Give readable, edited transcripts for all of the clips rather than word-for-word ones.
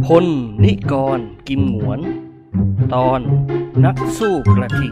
พลนิกรกิมหงวนตอนนักสู้กระทิง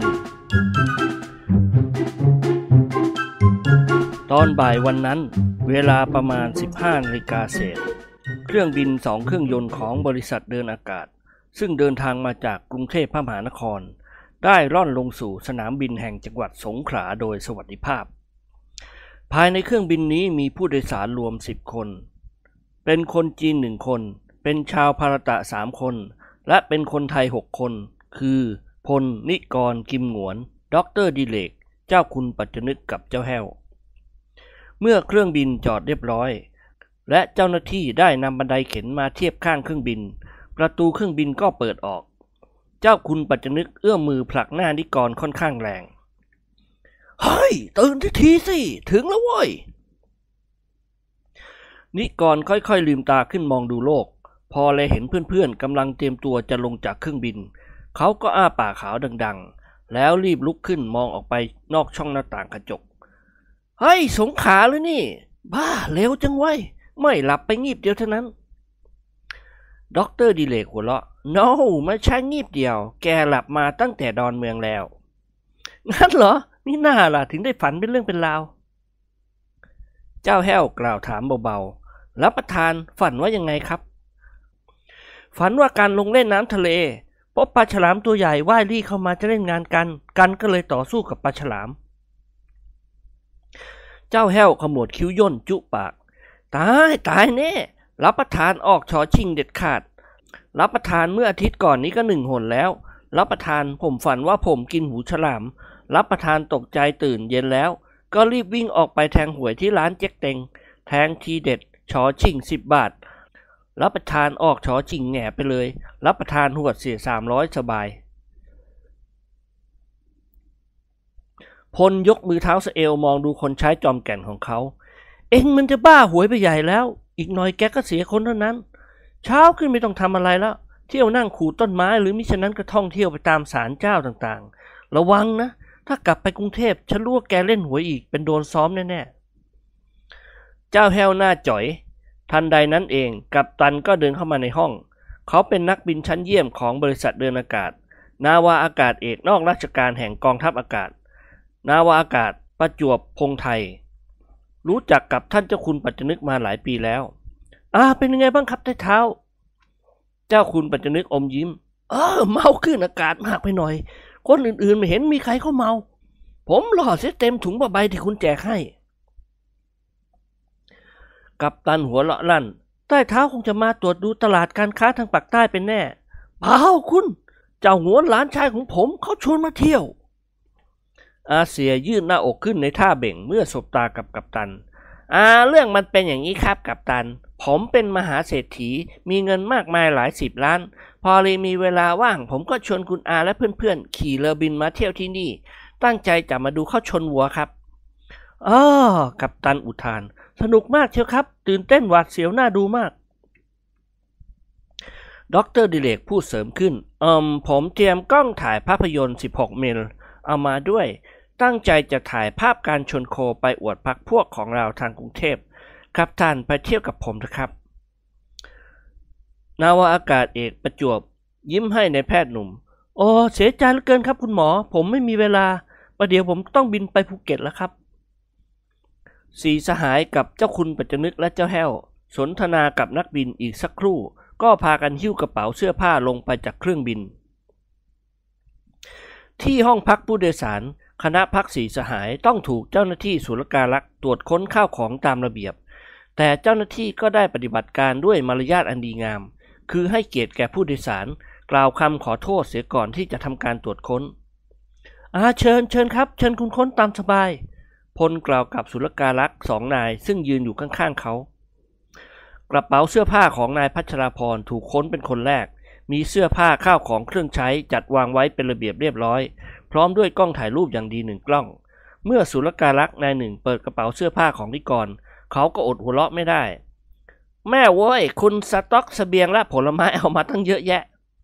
ตอนบ่ายวันนั้นเวลาประมาณ 15 นาฬิกาเศษเครื่องบิน2เครื่องยนต์ของบริษัทเดินอากาศซึ่งเดินทางมาจากกรุงเทพมหานครได้ร่อนลงสู่สนามบินแห่งจังหวัดสงขลาโดยสวัสดิภาพภายในเครื่องบินนี้มีผู้โดยสารรวม10คนเป็นคนจีน1คนเป็นชาวภารตะ3คนและเป็นคนไทย6คนคือพลนิกรกิมหงวนดร.ดิเลกเจ้าคุณปัจจนึกกับเจ้าแห้วเมื่อเครื่องบินจอดเรียบร้อยและเจ้าหน้าที่ได้นำบันไดเข็นมาเทียบข้างเครื่องบินประตูเครื่องบินก็เปิดออกเจ้าคุณปัจจนึกเอื้อมมือผลักหน้านิกรค่อนข้างแรงเฮ้ยตื่นทีสิถึงแล้วเว้ยนิกรค่อยๆลืมตาขึ้นมองดูโลกพอเลยเห็นเพื่อนๆกำลังเตรียมตัวจะลงจากเครื่องบินเขาก็อ้าปากขาวดังๆแล้วรีบลุกขึ้นมองออกไปนอกช่องหน้าต่างกระจกเฮ้ยสงขลาหรือนี่บ้าเร็วจังไว้ไม่หลับไปงีบเดียวเท่านั้นด็อกเตอร์ดิเลกหัวเราะ No ไม่ใช่งีบเดียวแกหลับมาตั้งแต่ดอนเมืองแล้วงั้นเหรอนี่น่าล่ะถึงได้ฝันเป็นเรื่องเป็นราวเจ้าแห้วกล่าวถามเบาๆรับประทานฝันว่ายังไงครับฝันว่าการลงเล่นน้ำทะเลพบปลาฉลามตัวใหญ่ว่ายลี่เข้ามาจะเล่นงานกันก็เลยต่อสู้กับปลาฉลามเจ้าแห้วขมวดคิ้วย่นจุปากตายแน่รับประทานออกชอชิงเด็ดขาดรับประทานเมื่ออาทิตย์ก่อนนี้ก็1 หนแล้วรับประทานผมฝันว่าผมกินหูฉลามรับประทานตกใจตื่นเย็นแล้วก็รีบวิ่งออกไปแทงหวยที่ร้านเจ๊กเต็งแทงทีเด็ดชอชิง10 บาทรับประทานออกชอชิงแง่ไปเลยรับประทานหวดเสีย300สบายพลยกมือเท้าสะเอวมองดูคนใช้จอมแก่นของเขาเอ็งมันจะบ้าหวยไปใหญ่แล้วอีกหน่อยแกก็เสียคนเท่านั้นเช้าขึ้นไม่ต้องทำอะไรแล้วเที่ยวนั่งขูดต้นไม้หรือมิฉะนั้นก็ท่องเที่ยวไปตามศาลเจ้าต่างๆระวังนะถ้ากลับไปกรุงเทพฉันรู้ว่าแกเล่นหวยอีกเป็นโดนซ้อมแน่ๆเจ้าแห้วหน้าจ่อยทันใดนั้นเองกัปตันก็เดินเข้ามาในห้องเขาเป็นนักบินชั้นเยี่ยมของบริษัทเดินอากาศนาวาอากาศเอกนอกราชการแห่งกองทัพอากาศนาวาอากาศประจวบพงไทยรู้จักกับท่านเจ้าคุณปัจจนึกมาหลายปีแล้วเป็นยังไงบ้างครับใต้เท้าเจ้าคุณปัจจนึกอมยิ้มเมาขึ้นอากาศมากไปหน่อยคนอื่นๆไม่เห็นมีใครเขาเมาผมหล่อเสียเต็มถุงผ้าใบที่คุณแจกให้กัปตันหัวเราะลั่นใต้เท้าคงจะมาตรวจดูตลาดการค้าทางปากใต้เป็นแน่เปล่าคุณเจ้าหัวหลานชายของผมเขาชวนมาเที่ยวอาเซียยื่นหน้าอกขึ้นในท่าเบ่งเมื่อสบตากับกัปตันเรื่องมันเป็นอย่างนี้ครับกัปตันผมเป็นมหาเศรษฐีมีเงินมากมายหลาย10 ล้านพอเลยมีเวลาว่างผมก็ชวนคุณอาและเพื่อนๆขี่เรือบินมาเที่ยวที่นี่ตั้งใจจะมาดูเขาชนวัวครับกัปตันอุทานสนุกมากเชียวครับตื่นเต้นหวาดเสียวน่าดูมากดร.ดิเลกพูดเสริมขึ้นผมเตรียมกล้องถ่ายภาพยนตร์16 มิลเอามาด้วยตั้งใจจะถ่ายภาพการชนโคไปอวดพรรคพวกของเราทางกรุงเทพครับท่านไปเที่ยวกับผมนะครับนาวาอากาศเอกประจวบยิ้มให้ในแพทย์หนุ่มเสียใจเหลือเกินครับคุณหมอผมไม่มีเวลาประเดี๋ยวผมต้องบินไปภูเก็ตแล้วครับสีสหายกับเจ้าคุณปัจจนึกและเจ้าแห้วสนทนากับนักบินอีกสักครู่ก็พากันหิ้วกระเป๋าเสื้อผ้าลงไปจากเครื่องบินที่ห้องพักผู้โดยสารคณะพักสีสหายต้องถูกเจ้าหน้าที่ศุลการักษ์ตรวจค้นข้าวของตามระเบียบแต่เจ้าหน้าที่ก็ได้ปฏิบัติการด้วยมารยาทอันดีงามคือให้เกียรติแก่ผู้โดยสารกล่าวคำขอโทษเสียก่อนที่จะทำการตรวจค้นเชิญครับเชิญคุณค้นตามสบายพลกล่าวกับศุลการักษ์2 นายซึ่งยืนอยู่ข้างๆเขากระเป๋าเสื้อผ้าของนายพัชราพรถูกค้นเป็นคนแรกมีเสื้อผ้าข้าวของเครื่องใช้จัดวางไว้เป็นระเบียบเรียบร้อยพร้อมด้วยกล้องถ่ายรูปอย่างดี1 กล้องเมื่อศุลการักษ์นายหนึ่งเปิดกระเป๋าเสื้อผ้าของนิกรเขาก็อดหัวเราะไม่ได้แม่โว้ยคุณสต็อกเสบียงและผลไม้เอามาตั้งเยอะแยะ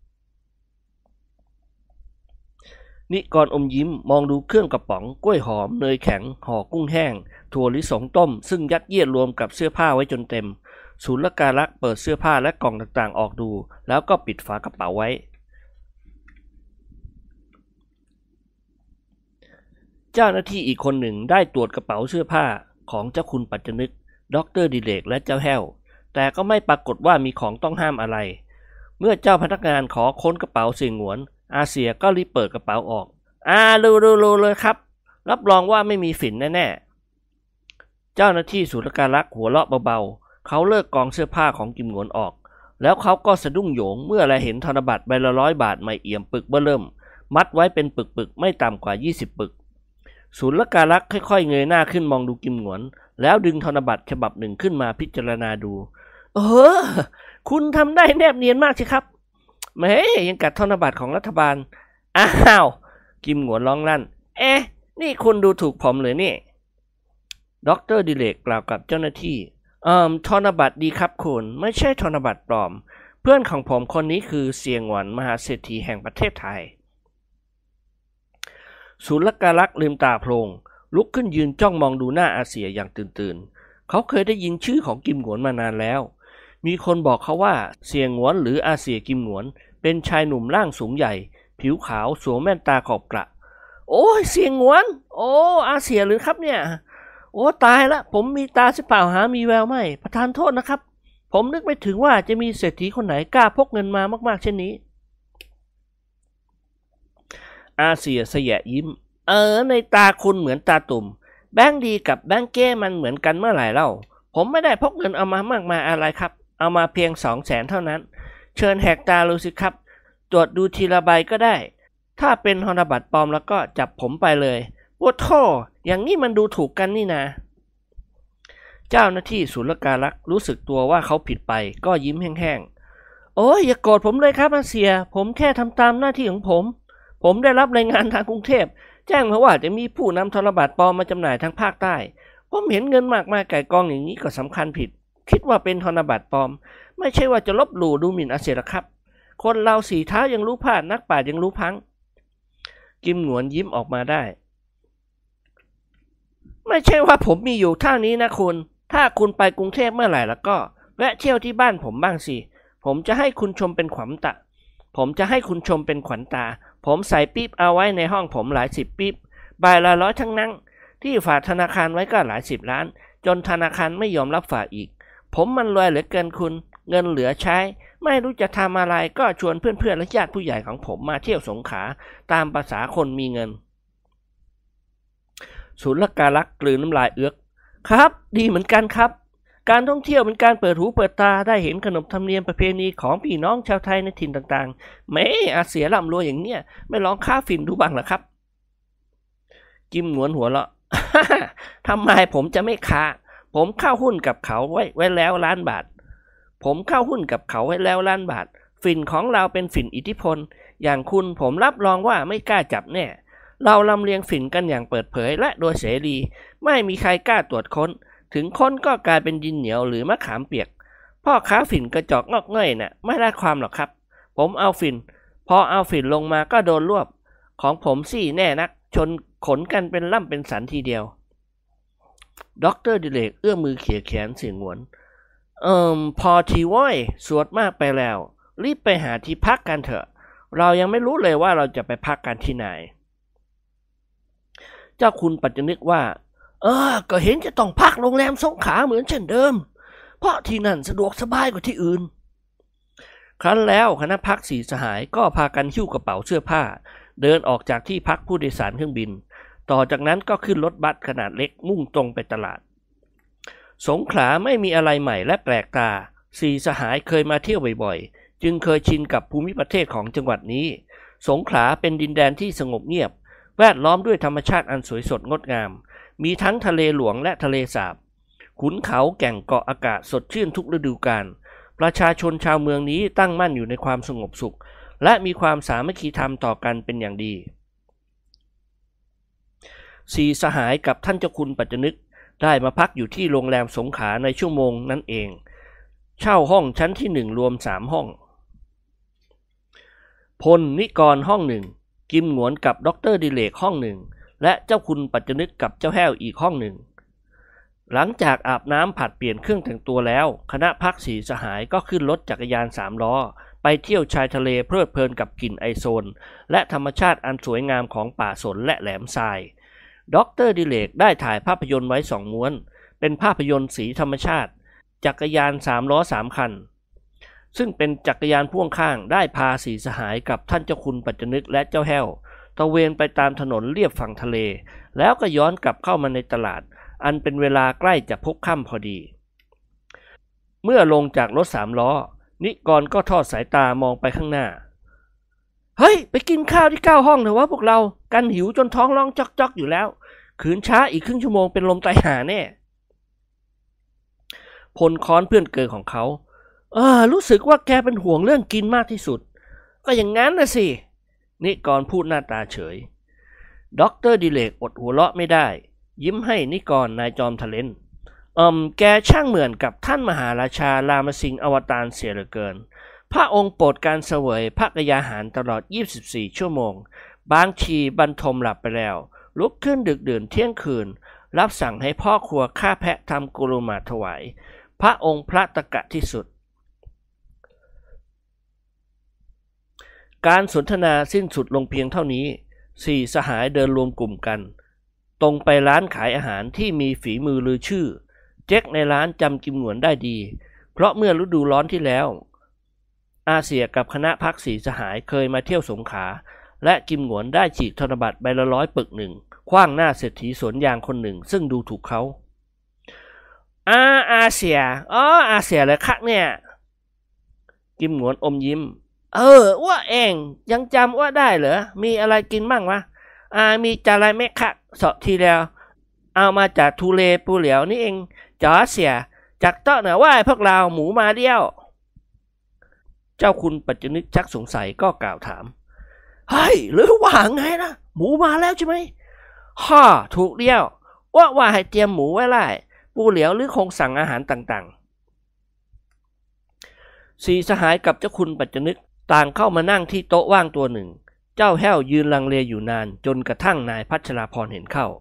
นิกรอมยิ้มมองดูเครื่องกระป๋องกล้วยหอมเนยแข็งห่อกุ้งแห้งถั่วลิสงต้มซึ่งยัดเยียดรวมกับเสื้อผ้าไว้จนเต็มศุลกาลักษ์เปิดเสื้อผ้าและกล่องต่างๆออกดูแล้วก็ปิดฝากระเป๋าไว้เจ้าหน้าที่อีกคนหนึ่งได้ตรวจกระเป๋าเสื้อผ้าของเจ้าคุณปัจจนึกดร.ดิเลกและเจ้าแห้วแต่ก็ไม่ปรากฏว่ามีของต้องห้ามอะไรเมื่อเจ้าพนักงานขอค้นกระเป๋าเสี่ยงหวนอาเซียก็รีบเปิดกระเป๋าออกดูเลยครับรับรองว่าไม่มีฝิ่นแน่ๆเจ้าหน้าที่ศุลกาลักษ์หัวเราะเบาๆเขาเลิกกองเสื้อผ้าของกิมหงวนออกแล้วเขาก็สะดุ้งโหยงเมื่อแลเห็นธนบัตรใบละ100 บาทใหม่เอี่ยมปึกเบ้อเริ่มมัดไว้เป็นปึกๆไม่ต่ำกว่า20 ปึกศุลกาลักษ์ค่อยๆเงยหน้าขึ้นมองดูกิมหงวนแล้วดึงธนบัตรฉบับหนึ่งขึ้นมาพิจารณาดูคุณทำได้แนบเนียนมากสิครับแหมยังกัดธนบัตรของรัฐบาลอ้าวกิมหงวนร้องลั่นนี่คุณดูถูกผมเลยนี่ดร.ดิเลกกล่าวกับเจ้าหน้าที่ธนบัตรดีครับคุณไม่ใช่ธนบัตรปลอมเพื่อนของผมคนนี้คือเสียงหวนมหาเศรษฐีแห่งประเทศไทยศุลกาลักษ์ลืมตาโพลงลุกขึ้นยืนจ้องมองดูหน้าอาเซียอย่างตื่นเขาเคยได้ยินชื่อของกิมหงวนมานานแล้วมีคนบอกเขาว่าเสียงหวนหรืออาเซียกิมหงวนเป็นชายหนุ่มร่างสูงใหญ่ผิวขาวสวมแว่นตาขอบกระโอ้ยเสียงหวนอาเซียหรือครับเนี่ยตายละผมมีตาสิเปล่าหามีแววไม่ประทานโทษนะครับผมนึกไม่ถึงว่าจะมีเศรษฐีคนไหนกล้าพกเงินมามากๆเช่นนี้อาเซียเสยะยิ้มในตาคุณเหมือนตาตุ่มแบงค์ดีกับแบงค์เก้มันเหมือนกันเมื่อไหร่เล่าผมไม่ได้พกเงินเอามามากมายอะไรครับเอามาเพียง200,000เท่านั้นเชิญแหกตาดูสิครับตรวจดูทีละใบก็ได้ถ้าเป็นธนบัตรปลอมแล้วก็จับผมไปเลยโอ้โธ่อย่างนี้มันดูถูกกันนี่นะเจ้าหน้าที่ศุลกาลักษ์รู้สึกตัวว่าเขาผิดไปก็ยิ้มแห้งๆอย่าโกรธผมเลยครับอาเซียผมแค่ทำตามหน้าที่ของผมได้รับรายงานทางกรุงเทพแจ้งมาว่าจะมีผู้นำธนบัตรปลอมมาจำหน่ายทางภาคใต้ผมเห็นเงินมากมายไก่กองอย่างนี้ก็สำคัญผิดคิดว่าเป็นธนบัตรปลอมไม่ใช่ว่าจะลบหลู่ดูหมิ่นอาเซียครับคนเราสีเท้ายังรู้พลาดนักปราชญ์ยังรู้พังกิมหงวนยิ้มออกมาได้ไม่ใช่ว่าผมมีอยู่เท่านี้นะคุณถ้าคุณไปกรุงเทพเมื่อไหร่แล้วก็แวะเที่ยวที่บ้านผมบ้างสิผมจะให้คุณชมเป็นขวัญตาผมใส่ปิ๊บเอาไว้ในห้องผมหลาย10ปิ๊บใบละ100ทั้งนั้นที่ฝากธนาคารไว้ก็หลาย10 ล้านจนธนาคารไม่ยอมรับฝากอีกผมมันรวยเหลือเกินคุณเงินเหลือใช้ไม่รู้จะทำอะไรก็ชวนเพื่อนๆและญาติผู้ใหญ่ของผมมาเที่ยวสงขลาตามภาษาคนมีเงินศุลกาลักษ์กลืนน้ำลายเอือกครับดีเหมือนกันครับการท่องเที่ยวเป็นการเปิดหูเปิดตาได้เห็นขนบธรรมเนียมประเพณีของพี่น้องชาวไทยในถิ่นต่างๆแม้อาเซียร่ำรวยอย่างเนี้ยไม่ลองค้าฝิ่นดูบ้างเหรอครับกิมหงวนหัวเราะ ทำไมผมจะไม่ค้าผมเข้าหุ้นกับเขาไว้แล้ว1 ล้านบาทฝิ่นของเราเป็นฝิ่นอิทธิพลอย่างคุณผมรับรองว่าไม่กล้าจับแน่เราลำเลียงฝิ่นกันอย่างเปิดเผยและโดยเสรีไม่มีใครกล้าตรวจค้นถึงค้นก็กลายเป็นดินเหนียวหรือมะขามเปียกพ่อค้าฝิ่นกระจอกงอกเง่ยน่ะไม่ได้ความหรอกครับผมเอาฝิ่นพอเอาฝิ่นลงมาก็โดนรวบของผมสี่แน่นักชนขนกันเป็นล่ำเป็นสันทีเดียวดร.ดิเลกเอื้อมมือเขี่ยแขนเสียงหวนพอทีว้อยสวดมากไปแล้วรีบไปหาที่พักกันเถอะเรายังไม่รู้เลยว่าเราจะไปพักกันที่ไหนเจ้าคุณปัจจนึกว่าก็เห็นจะต้องพักโรงแรมสงขลาเหมือนเช่นเดิมเพราะที่นั่นสะดวกสบายกว่าที่อื่นครั้นแล้วคณะพัก4 สหายก็พากันหิ้วกระเป๋าเสื้อผ้าเดินออกจากที่พักผู้โดยสารเครื่องบินต่อจากนั้นก็ขึ้นรถบัสขนาดเล็กมุ่งตรงไปตลาดสงขลาไม่มีอะไรใหม่และแปลกตา4 สหายเคยมาเที่ยวบ่อยๆจึงเคยชินกับภูมิประเทศของจังหวัดนี้สงขลาเป็นดินแดนที่สงบเงียบแวดล้อมด้วยธรรมชาติอันสวยสดงดงามมีทั้งทะเลหลวงและทะเลสาบขุนเขาแก่งเกาะอากาศสดชื่นทุกฤดูกาลประชาชนชาวเมืองนี้ตั้งมั่นอยู่ในความสงบสุขและมีความสามัคคีธรรมต่อกันเป็นอย่างดี4 สหายกับท่านเจ้าคุณปัจจนึกได้มาพักอยู่ที่โรงแรมสงขลาในชั่วโมงนั้นเองเช่าห้องชั้นที่1รวม3 ห้องพลนิกรห้อง1กิมหงวนกับดร.ดิเลกห้อง1และเจ้าคุณปัจจนึกกับเจ้าแห้วอีกห้อง1 หลังจากอาบน้ำผัดเปลี่ยนเครื่องแต่งตัวแล้วคณะพักสีสหายก็ขึ้นรถจักรยาน3 ล้อไปเที่ยวชายทะเลเพลิดเพลินกับกลิ่นไอโซนและธรรมชาติอันสวยงามของป่าสนและแหลมทรายดร.ดิเลกได้ถ่ายภาพยนตร์ไว้2 ม้วนเป็นภาพยนตร์สีธรรมชาติจักรยาน3 ล้อ3 คันซึ่งเป็นจักรยานพ่วงข้างได้พาสีสหายกับท่านเจ้าคุณปัจจนึกและเจ้าแห้วตระเวนไปตามถนนเลียบฝั่งทะเลแล้วก็ย้อนกลับเข้ามาในตลาดอันเป็นเวลาใกล้จะพบค่ำพอดีเมื่อลงจากรถ3 ล้อนิกรก็ทอดสายตามองไปข้างหน้าเฮ้ยไปกินข้าวที่9 ห้องเถอะวะพวกเรากันหิวจนท้องร้องจ๊อกๆอยู่แล้วขืนช้าอีกครึ่งชั่วโมงเป็นลมตายหาแน่พลค้อนเพื่อนเกินของเขารู้สึกว่าแกเป็นห่วงเรื่องกินมากที่สุดก็อย่างนั้นนะสินิกรพูดหน้าตาเฉยดร.ดิเลกอดหัวเราะไม่ได้ยิ้มให้นิกรนายจอมทะเลนแกช่างเหมือนกับท่านมหาราชารามสิงห์อวตารเสียเหลือเกินพระองค์โปรดการเสวยพระกยาหารตลอด24 ชั่วโมงบางทีบรรทมหลับไปแล้วลุกขึ้นดึกดื่นเที่ยงคืนรับสั่งให้พ่อครัวฆ่าแพะทำกุรุมาถวายพระองค์พระตะกะที่สุดการสนทนาสิ้นสุดลงเพียงเท่านี้4 สหายเดินรวมกลุ่มกันตรงไปร้านขายอาหารที่มีฝีมือลือชื่อเจ๊กในร้านจำกิมหนวนได้ดีเพราะเมื่อฤดูร้อนที่แล้วอาเซียกับคณะพัก4 สหายเคยมาเที่ยวสงขลาและกิมหนวนได้ฉีกธนบัตรใบละ100 ปึกหนึ่งขว้างหน้าเศรษฐีสวนยางคนหนึ่งซึ่งดูถูกเขาอาเซียอาเซียเลยคักเนี่ยกิมหนวนอมยิ้มว่าเองยังจำว่าได้เหรอมีอะไรกินบ้างวะมีจาไรแม่คักสอบทีแล้วเอามาจากทูเลปูเหลียวนี่เองจ๋อเสียจากโต๊ะเหนือว่าพวกเราหมูมาเดียวเจ้าคุณปัจจนึกชักสงสัยก็กล่าวถามเฮ้ยหรือว่าไงนะหมูมาแล้วใช่ไหมถูกเดียวว่าให้เตรียมหมูไว้ไล่ปูเหลียวหรือคงสั่งอาหารต่างๆ4 สหายกับเจ้าคุณปัจจนึกต่างเข้ามานั่งที่โต๊ะว่างตัวหนึ่งเจ้าแห้วยืนลังเลอยู่นานจนกระทั่งนายพัชราพรเห็นเข้า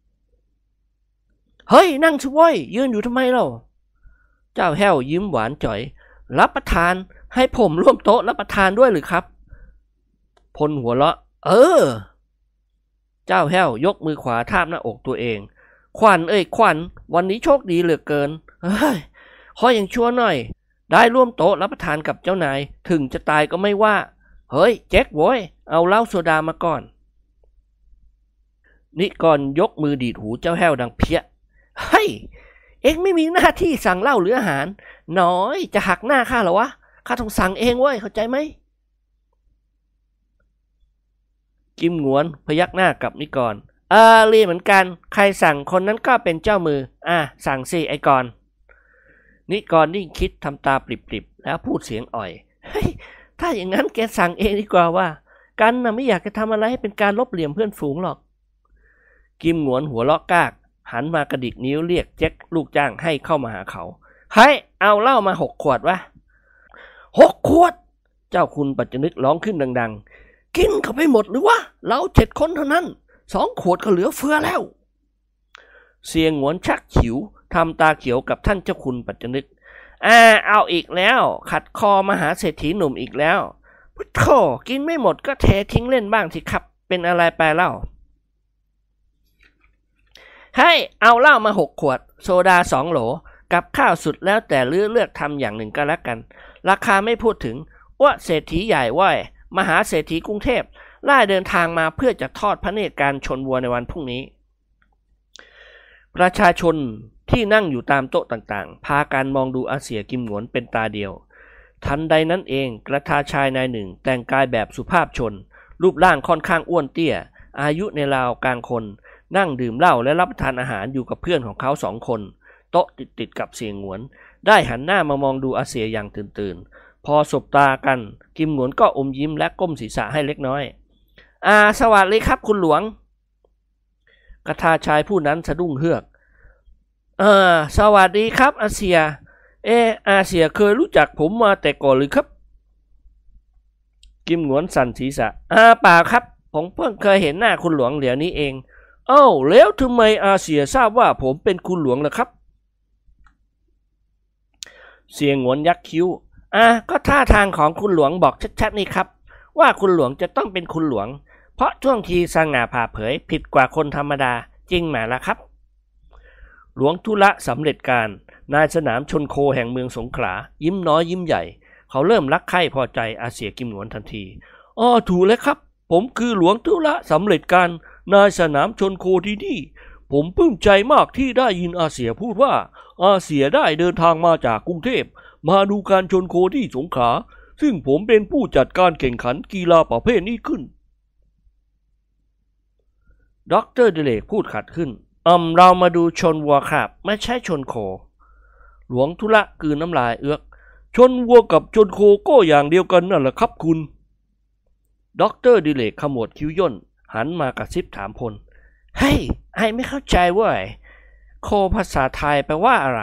เฮ้ยนั่งช่วยยืนอยู่ทำไมเล่าเจ้าแห้วยิ้มหวานจ่อยรับประทานให้ผมร่วมโต๊ะรับประทานด้วยหรือครับพลหัวเราะเจ้าแห้วยกมือขวาทาบหน้าอกตัวเองขวัญขวัญวันนี้โชคดีเหลือเกินขออย่างชั่วหน่อยได้ร่วมโต๊ะรับประทานกับเจ้านายถึงจะตายก็ไม่ว่าเฮ้ยแจ็คโว้ยเอาเหล้าโซดามาก่อนนิกรยกมือดีดหูเจ้าแห้วดังเพี้ยเฮ้ยเอ็งไม่มีหน้าที่สั่งเหล้าหรืออาหารน้อยจะหักหน้าข้าเหรอวะข้าต้องสั่งเองเว้ยเข้าใจไหมกิมหนวนพยักหน้ากับนิกรรีเหมือนกันใครสั่งคนนั้นก็เป็นเจ้ามือสั่งสิไอ้กรนิกรนิ่งคิดทำตาปริบๆแล้วพูดเสียงอ่อยเฮ้ยถ้าอย่างนั้นแกสั่งเองดีกว่าว่ากันน่ะไม่อยากจะทำอะไรให้เป็นการลบเหลี่ยมเพื่อนฝูงหรอกกิมหนวนหัวเราะกากหันมากระดิกนิ้วเรียกแจ็คลูกจ้างให้เข้ามาหาเขาเฮ้ยเอาเหล้ามา6 ขวดวะ6 ขวดเจ้าคุณปัจจนึกร้องขึ้นดังๆกินเข้าไปหมดหรือวะเรา7 คนเท่านั้น2 ขวดก็เหลือเฟือแล้วเสียงหงวนชักฉิวทำตาเขียวกับท่านเจ้าคุณปัจจนึกเอาอีกแล้วขัดคอมหาเศรษฐีหนุ่มอีกแล้วพุทโธกินไม่หมดก็เททิ้งเล่นบ้างสิครับเป็นอะไรไปเล่าให้เอาเหล้ามา6 ขวดโซดา2 โหลกับข้าวสุดแล้วแต่เลือกทำอย่างหนึ่งก็แล้วกันราคาไม่พูดถึงว่าเศรษฐีใหญ่ว่ายมหาเศรษฐีกรุงเทพล่าเดินทางมาเพื่อจะทอดพระเนตรการชนวัวในวันพรุ่งนี้ประชาชนที่นั่งอยู่ตามโต๊ะต่างๆพากันมองดูอาเซียกิมหนวนเป็นตาเดียวทันใดนั้นเองกระทาชายนายหนึ่งแต่งกายแบบสุภาพชนรูปร่างค่อนข้างอ้วนเตี้ยอายุในราวกลางคนนั่งดื่มเหล้าและรับประทานอาหารอยู่กับเพื่อนของเขา2 คนโต๊ะติดกับเสียงหนวนได้หันหน้ามามองดูอาเซียอย่างตื่นพอสบตากันกิมหนวนก็อมยิ้มและก้มศีรษะให้เล็กน้อยสวัสดีครับคุณหลวงกระทาชายผู้นั้นสะดุ้งเฮือกสวัสดีครับอาเซียอาเซียเคยรู้จักผมมาแต่ก่อนหรือครับกิมหนวนสั่นศีรษะเปล่าครับผมเพิ่งเคยเห็นหน้าคุณหลวงเหลียวนี้เองอ้าวแล้วทำไมอาเซียทราบว่าผมเป็นคุณหลวงล่ะครับเสียงหวนยักคิ้วก็ท่าทางของคุณหลวงบอกชัดๆนี่ครับว่าคุณหลวงจะต้องเป็นคุณหลวงเพราะท่วงทีสง่าผ่าเผยผิดกว่าคนธรรมดาจริงไหมล่ะครับหลวงธุระสำเร็จการนายสนามชนโคแห่งเมืองสงขลายิ้มน้อยยิ้มใหญ่เขาเริ่มรักใคร่พอใจอาเสียกิมหนวนทันทีถูกแล้วครับผมคือหลวงธุระสำเร็จการนายสนามชนโคที่นี่ผมปลื้มใจมากที่ได้ยินอาเสียพูดว่าอาเสียได้เดินทางมาจากกรุงเทพมาดูการชนโคที่สงขลาซึ่งผมเป็นผู้จัดการแข่งขันกีฬาประเภทนี้ขึ้นดร.ดิเลกพูดขัดขึ้นเรามาดูชนวัวครับไม่ใช่ชนโคหลวงธุระกลืนน้ำลายเอือกชนวัวกับชนโคก็อย่างเดียวกันนั่นแหละครับคุณดร.ดิเลกขมวดคิ้วย่นหันมากระซิบถามพลเฮ้ยไอไม่เข้าใจเว้ยโคภาษาไทยแปลว่าอะไร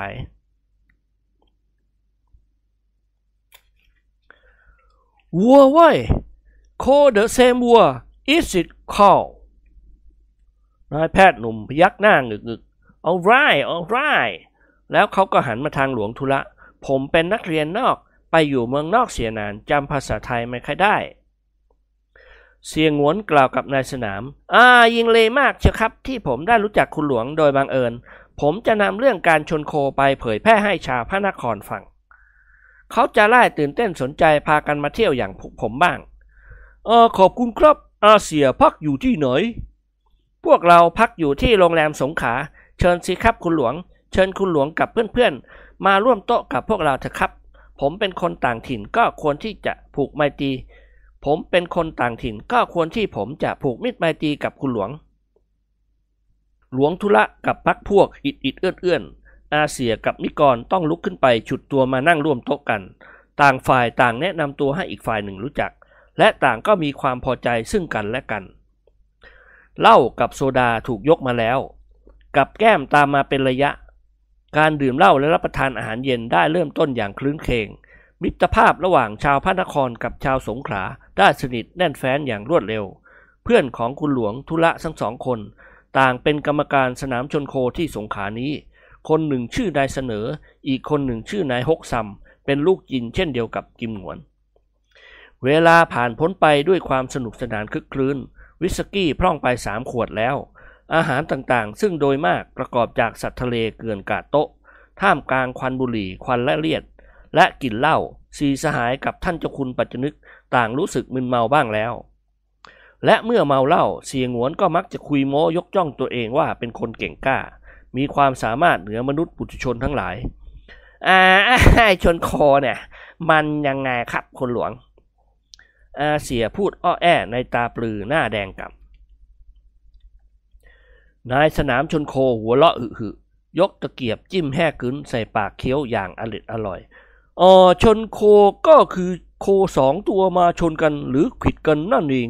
วัวเว้ยโค the same วัว is it cow นายแพทย์หนุ่มพยักหน้างึกๆ alright alright แล้วเขาก็หันมาทางหลวงธุระผมเป็นนักเรียนนอกไปอยู่เมืองนอกเสียนานจำภาษาไทยไม่ค่อยได้เสียงหวนกล่าวกับนายสนามยิงเลมากเชียวครับที่ผมได้รู้จักคุณหลวงโดยบังเอิญผมจะนำเรื่องการชนโคไปเผยแพร่ให้ชาวพระนครฟังเขาจะไล่ตื่นเต้นสนใจพากันมาเที่ยวอย่างผมบ้างขอบคุณครับอาเสียพักอยู่ที่ไหนพวกเราพักอยู่ที่โรงแรมสงขลาเชิญสิครับคุณหลวงเชิญคุณหลวงกับเพื่อนๆมาร่วมโต๊ะกับพวกเราเถอะครับผมเป็นคนต่างถิ่นก็ควรที่จะผูกไมตรีผมเป็นคนต่างถิ่นก็ควรที่ผมจะผูกมิตรไมตรีกับคุณหลวงหลวงธุระกับพรรคพวกอิดเอื้อนอาเสียกับนิกรต้องลุกขึ้นไปฉุดตัวมานั่งร่วมโต๊ะกันต่างฝ่ายต่างแนะนำตัวให้อีกฝ่ายหนึ่งรู้จักและต่างก็มีความพอใจซึ่งกันและกันเหล้ากับโซดาถูกยกมาแล้วกับแก้มตามมาเป็นระยะการดื่มเหล้าและรับประทานอาหารเย็นได้เริ่มต้นอย่างคลื้นเครงมิตรภาพระหว่างชาวพระนครกับชาวสงขลาได้สนิทแน่นแฟ้นอย่างรวดเร็วเพื่อนของคุณหลวงธุระทั้งสองคนต่างเป็นกรรมการสนามชนโคที่สงขลานี้คนหนึ่งชื่อนายเสนออีกคนหนึ่งชื่อนายฮกซัมเป็นลูกจินเช่นเดียวกับกิมหนวนเวลาผ่านพ้นไปด้วยความสนุกสนานคึกครื้นวิสกี้พร่องไป3 ขวดแล้วอาหารต่างๆซึ่งโดยมากประกอบจากสัตว์ทะเลเกลื่อนกาดโต๊ะท่ามกลางควันบุหรี่ควันและเลียดและกลิ่นเหล้าสีสหายกับท่านเจ้าคุณปัจจนึกต่างรู้สึกมึนเมาบ้างแล้วและเมื่อเมาเหล้าเสียงหวนก็มักจะคุยโม้ยกย่องตัวเองว่าเป็นคนเก่งกล้ามีความสามารถเหนือมนุษย์ปุถุชนทั้งหลายชนโคเนี่ยมันยังไงครับคุณหลวงเสียพูดอ้อแอในตาปลือหน้าแดงก่ำนายสนามชนโคหัวเราะหึยกตะเกียบจิ้มแห่กึ้นใส่ปากเคี้ยวอย่างอร่อยชนโคก็คือโค2 ตัวมาชนกันหรือขวิดกันนั่นเอง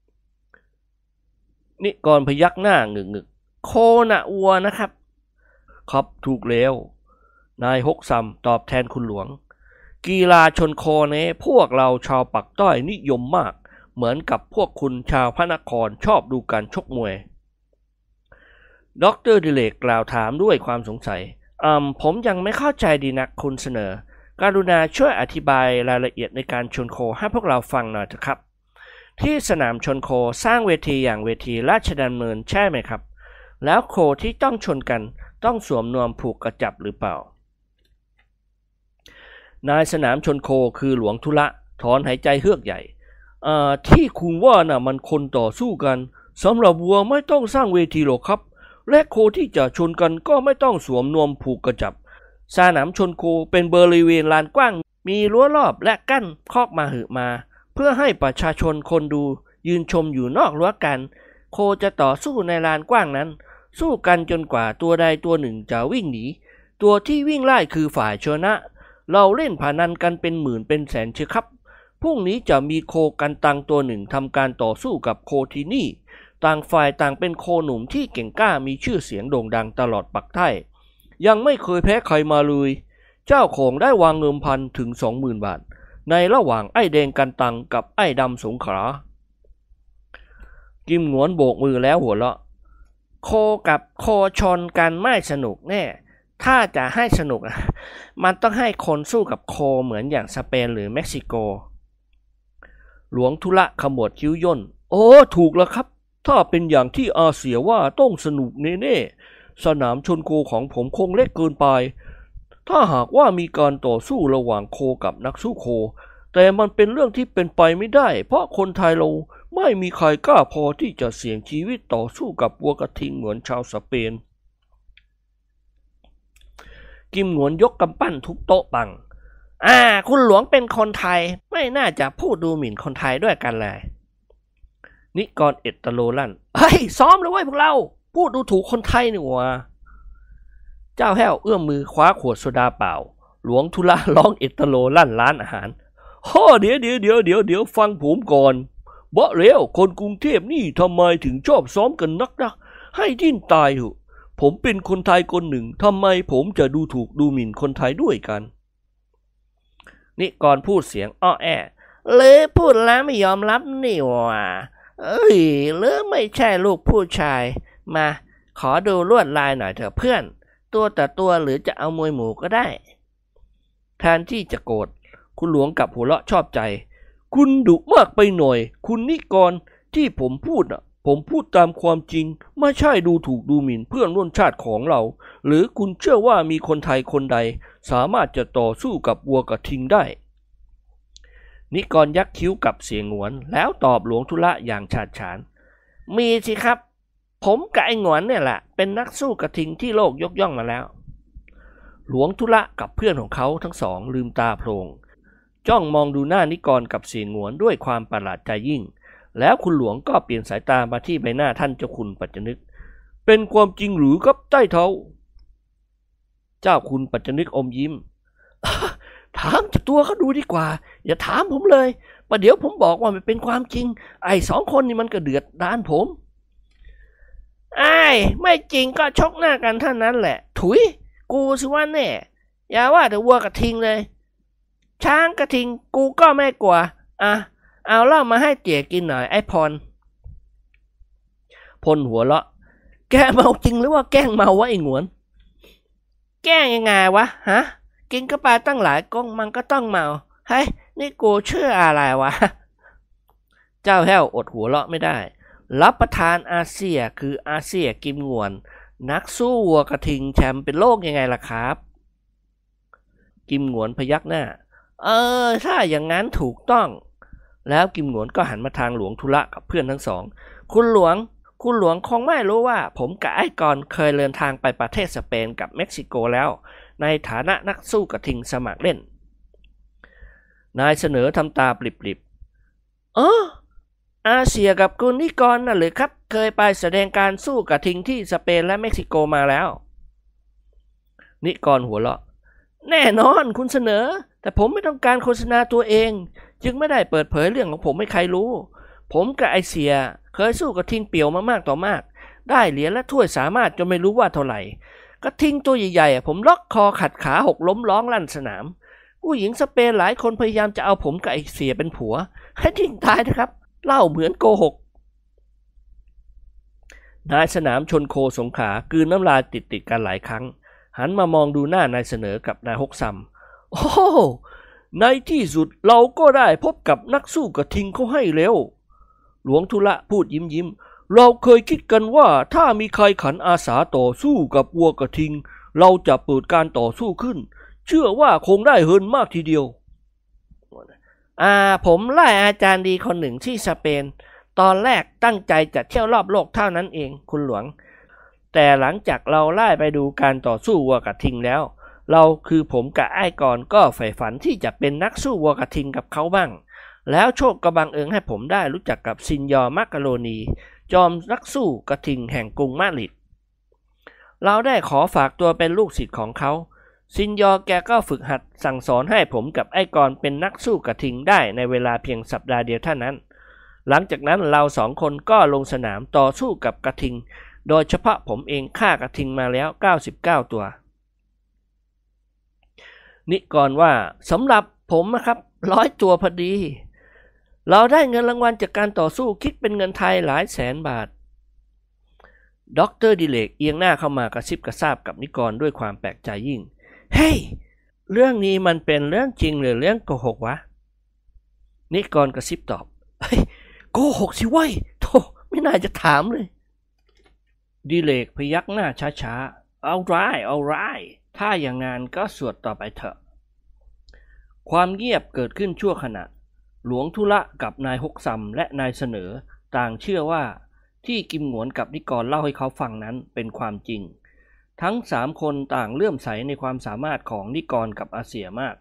นิกรพยักหน้างึกโคน่ะวัวนะครับครับถูกแล้วนายฮกซัมตอบแทนคุณหลวงกีฬาชนโคนี้พวกเราชาวปักใต้นิยมมากเหมือนกับพวกคุณชาวพระนครชอบดูการชกมวยดร.ดิเลกกล่าวถามด้วยความสงสัยผมยังไม่เข้าใจดีนักคุณเสนอกรุณาช่วยอธิบายรายละเอียดในการชนโคให้พวกเราฟังหน่อยเถอะครับที่สนามชนโคสร้างเวทีอย่างเวทีราชดำเนินใช่ไหมครับแล้วโคที่ต้องชนกันต้องสวมนวมผูกกระจับหรือเปล่านายสนามชนโคคือหลวงธุระถอนหายใจเฮือกใหญ่ที่คุณว่าน่ะมันคนต่อสู้กันสำหรับวัวไม่ต้องสร้างเวทีหรอกครับและโคที่จะชนกันก็ไม่ต้องสวมนวมผูกกระจับสนามชนโคเป็นบริเวณลานกว้างมีรั้วรอบและกั้นคอกมาเพื่อให้ประชาชนคนดูยืนชมอยู่นอกรั้วกันโคจะต่อสู้ในลานกว้างนั้นสู้กันจนกว่าตัวใดตัวหนึ่งจะวิ่งหนีตัวที่วิ่งไล่คือฝ่ายชนะเราเล่นพนันกันเป็นหมื่นเป็นแสนเชียวครับพรุ่งนี้จะมีโคกันตังตัวหนึ่งทำการต่อสู้กับโคที่นี่ต่างฝ่ายต่างเป็นโคหนุ่มที่เก่งกล้ามีชื่อเสียงโด่งดังตลอดปักใต้ยังไม่เคยแพ้ใครมาเลยเจ้าของได้วางเงินพันถึง 20,000 บาทในระหว่างไอ้แดงกันตังกับไอ้ดำสงขลากิมหนวนโบกมือแล้วหัวเราะโคกับโคชนกันไม่สนุกแน่ถ้าจะให้สนุกมันต้องให้คนสู้กับโคเหมือนอย่างสเปนหรือเม็กซิโกหลวงธุระขมวดคิ้วย่นโอ้ถูกแล้วครับถ้าเป็นอย่างที่อาเสียว่าต้องสนุกแน่ๆสนามชนโคของผมคงเล็กเกินไปถ้าหากว่ามีการต่อสู้ระหว่างโคกับนักสู้โคแต่มันเป็นเรื่องที่เป็นไปไม่ได้เพราะคนไทยเราไม่มีใครกล้าพอที่จะเสี่ยงชีวิตต่อสู้กับวัวกระทิงเหมือนชาวสเปนกิมหนวนยกกำปั้นทุบโต๊ะบังคุณหลวงเป็นคนไทยไม่น่าจะพูดดูหมิ่นคนไทยด้วยกันเลยนิกรเอตโลลั่นเฮ้ยซ้อมเลยเว้ยพวกเราพูดดูถูกคนไทยนี่หว่าเจ้าแห้วเอื้อมมือคว้าขวดโซดาเปล่าหลวงธุระร้องเอตโลลั่นร้านอาหารเดี๋ยวฟังผมก่อนบ่แล้วคนกรุงเทพนี่ทำไมถึงชอบซ้อมกันนักให้ดิ้นตายเถอะผมเป็นคนไทยคนหนึ่งทำไมผมจะดูถูกดูหมิ่นคนไทยด้วยกันนิกรพูดเสียงอ้อแอเลยพูดแล้วไม่ยอมรับนี่หว่าหรือไม่ใช่ลูกผู้ชายมาขอดูลวดลายหน่อยเถอะเพื่อนตัวต่อตัวหรือจะเอามวยหมูก็ได้แทนที่จะโกรธคุณหลวงกับหัวเราะชอบใจคุณดุมากไปหน่อยคุณนิกรที่ผมพูดผมพูดตามความจริงไม่ใช่ดูถูกดูหมิ่นเพื่อนร่วมชาติของเราหรือคุณเชื่อว่ามีคนไทยคนใดสามารถจะต่อสู้กับวัวกระทิงได้นิกรยักคิ้วกับเสียงหงวนแล้วตอบหลวงธุระอย่างฉาดฉานมีสิครับผมกับไอ้หงวนเนี่ยแหละเป็นนักสู้กระทิงที่โลกยกย่องมาแล้วหลวงธุระกับเพื่อนของเขาทั้งสองลืมตาโพลงจ้องมองดูหน้านิกรกับเสียงหงวนด้วยความประหลาดใจยิ่งแล้วคุณหลวงก็เปลี่ยนสายตามาที่ใบหน้าท่านเจ้าคุณปัจจนึกเป็นความจริงหรือครับใต้เท้าเจ้าคุณปัจจนึกอมยิ้มถามจากตัวเขาดูดีกว่าอย่าถามผมเลยประเดี๋ยวผมบอกว่ามันเป็นความจริงไอ้สองคนนี่มันก็เดือดด้านผมไม่จริงก็ชกหน้ากันเท่านั้นแหละถุยกูสิว่าแน่อย่าว่าแต่วัวกระทิงเลยช้างกระทิงกูก็ไม่กลัวเอาเหล้ามาให้เตี๋ยกินหน่อยไอ้พลหัวเราะแกเมาจริงหรือว่าแกล้งเมาวะไอ้หงวนแกล้งยังไงวะฮะกินกระปาตั้งหลายกงมันก็ต้องเมาเฮ้ยนี่กูเชื่ออะไรวะเจ้าแห้วอดหัวเราะไม่ได้รับประทานอาเซียคืออาเซียกิมหงวนนักสู้วัวกระทิงแชมป์เป็นโลกยังไงล่ะครับกิมหงวนพยักหน้าถ้าอย่างนั้นถูกต้องแล้วกิมหงวนก็หันมาทางหลวงธุระกับเพื่อนทั้งสองคุณหลวงคงไม่รู้ว่าผมกับไอ้กรเคยเดินทางไปประเทศสเปนกับเม็กซิโกแล้วในฐานะนักสู้กระทิงสมัครเล่นนายเสนอทำตาปริบอาเซียกับคุณนิกรน่ะหรือครับเคยไปแสดงการสู้กระทิงที่สเปนและเม็กซิโกมาแล้วนิกรหัวเราะแน่นอนคุณเสนอแต่ผมไม่ต้องการโฆษณาตัวเองจึงไม่ได้เปิดเผยเรื่องของผมให้ใครรู้ผมกับไอเสียเคยสู้กระทิงเปี่ยวมามากต่อมากได้เหรียญและถ้วยสามารถจนไม่รู้ว่าเท่าไหร่กระทิงตัวใหญ่ๆผมล็อกคอขัดขาหกล้มร้องลั่นสนามผู้หญิงสเปนหลายคนพยายามจะเอาผมกับไอเสียเป็นผัวให้ทิ้งตายนะครับเล่าเหมือนโกหกนายสนามชนโคสงขลากลืนน้ำลายติดกันหลายครั้งหันมามองดูหน้านายเสนอกับนายฮกซัมโอ้ในที่สุดเราก็ได้พบกับนักสู้กระทิงเขาให้เร็วหลวงธุระพูดยิ้มเราเคยคิดกันว่าถ้ามีใครขันอาสาต่อสู้กับวัวกระทิงเราจะเปิดการต่อสู้ขึ้นเชื่อว่าคงได้เฮิร์นมากทีเดียวผมไล่อาจารย์ดีคนหนึ่งที่สเปนตอนแรกตั้งใจจะเที่ยวรอบโลกเท่านั้นเองคุณหลวงแต่หลังจากเราไล่ไปดูการต่อสู้วัวกระทิงแล้วเราคือผมกับไอ้กรก็ใฝ่ฝันที่จะเป็นนักสู้วัวกระทิงกับเขาบ้างแล้วโชคก็บังเอิญให้ผมได้รู้จักกับซินยอร์มักกาโรนีจอมนักสู้กระทิงแห่งกรุงมาดริดเราได้ขอฝากตัวเป็นลูกศิษย์ของเขาซินยอร์แกก็ฝึกหัดสั่งสอนให้ผมกับไอ้กรเป็นนักสู้กระทิงได้ในเวลาเพียงสัปดาห์เดียวเท่านั้นหลังจากนั้นเราสองคนก็ลงสนามต่อสู้กับกระทิงโดยเฉพาะผมเองฆ่ากระทิงมาแล้ว99ตัวนิกรว่าสำหรับผมนะครับ100ตัวพอดีเราได้เงินรางวัลจากการต่อสู้คิดเป็นเงินไทยหลายแสนบาทด็อกเตอร์ดิเลกเอียงหน้าเข้ามากระซิบกระซาบกับนิกรด้วยความแปลกใจยิ่งเฮ้ hey! เรื่องนี้มันเป็นเรื่องจริงหรือเรื่องโกหกวะนิกรกระซิบตอบเฮ้ยโกหกสิเว้ยโธ่ไม่น่าจะถามเลยดิเลกพยักหน้าช้าๆเอาไรถ้าอย่างงานก็สวดต่อไปเถอะความเงียบเกิดขึ้นชั่วขณะหลวงธุระกับนายฮกซัมและนายเสนอต่างเชื่อว่าที่กิมหงวนกับนิกรเล่าให้เขาฟังนั้นเป็นความจริงทั้ง3 คนต่างเลื่อมใสในความสามารถของนิกรกับอาเซียมาก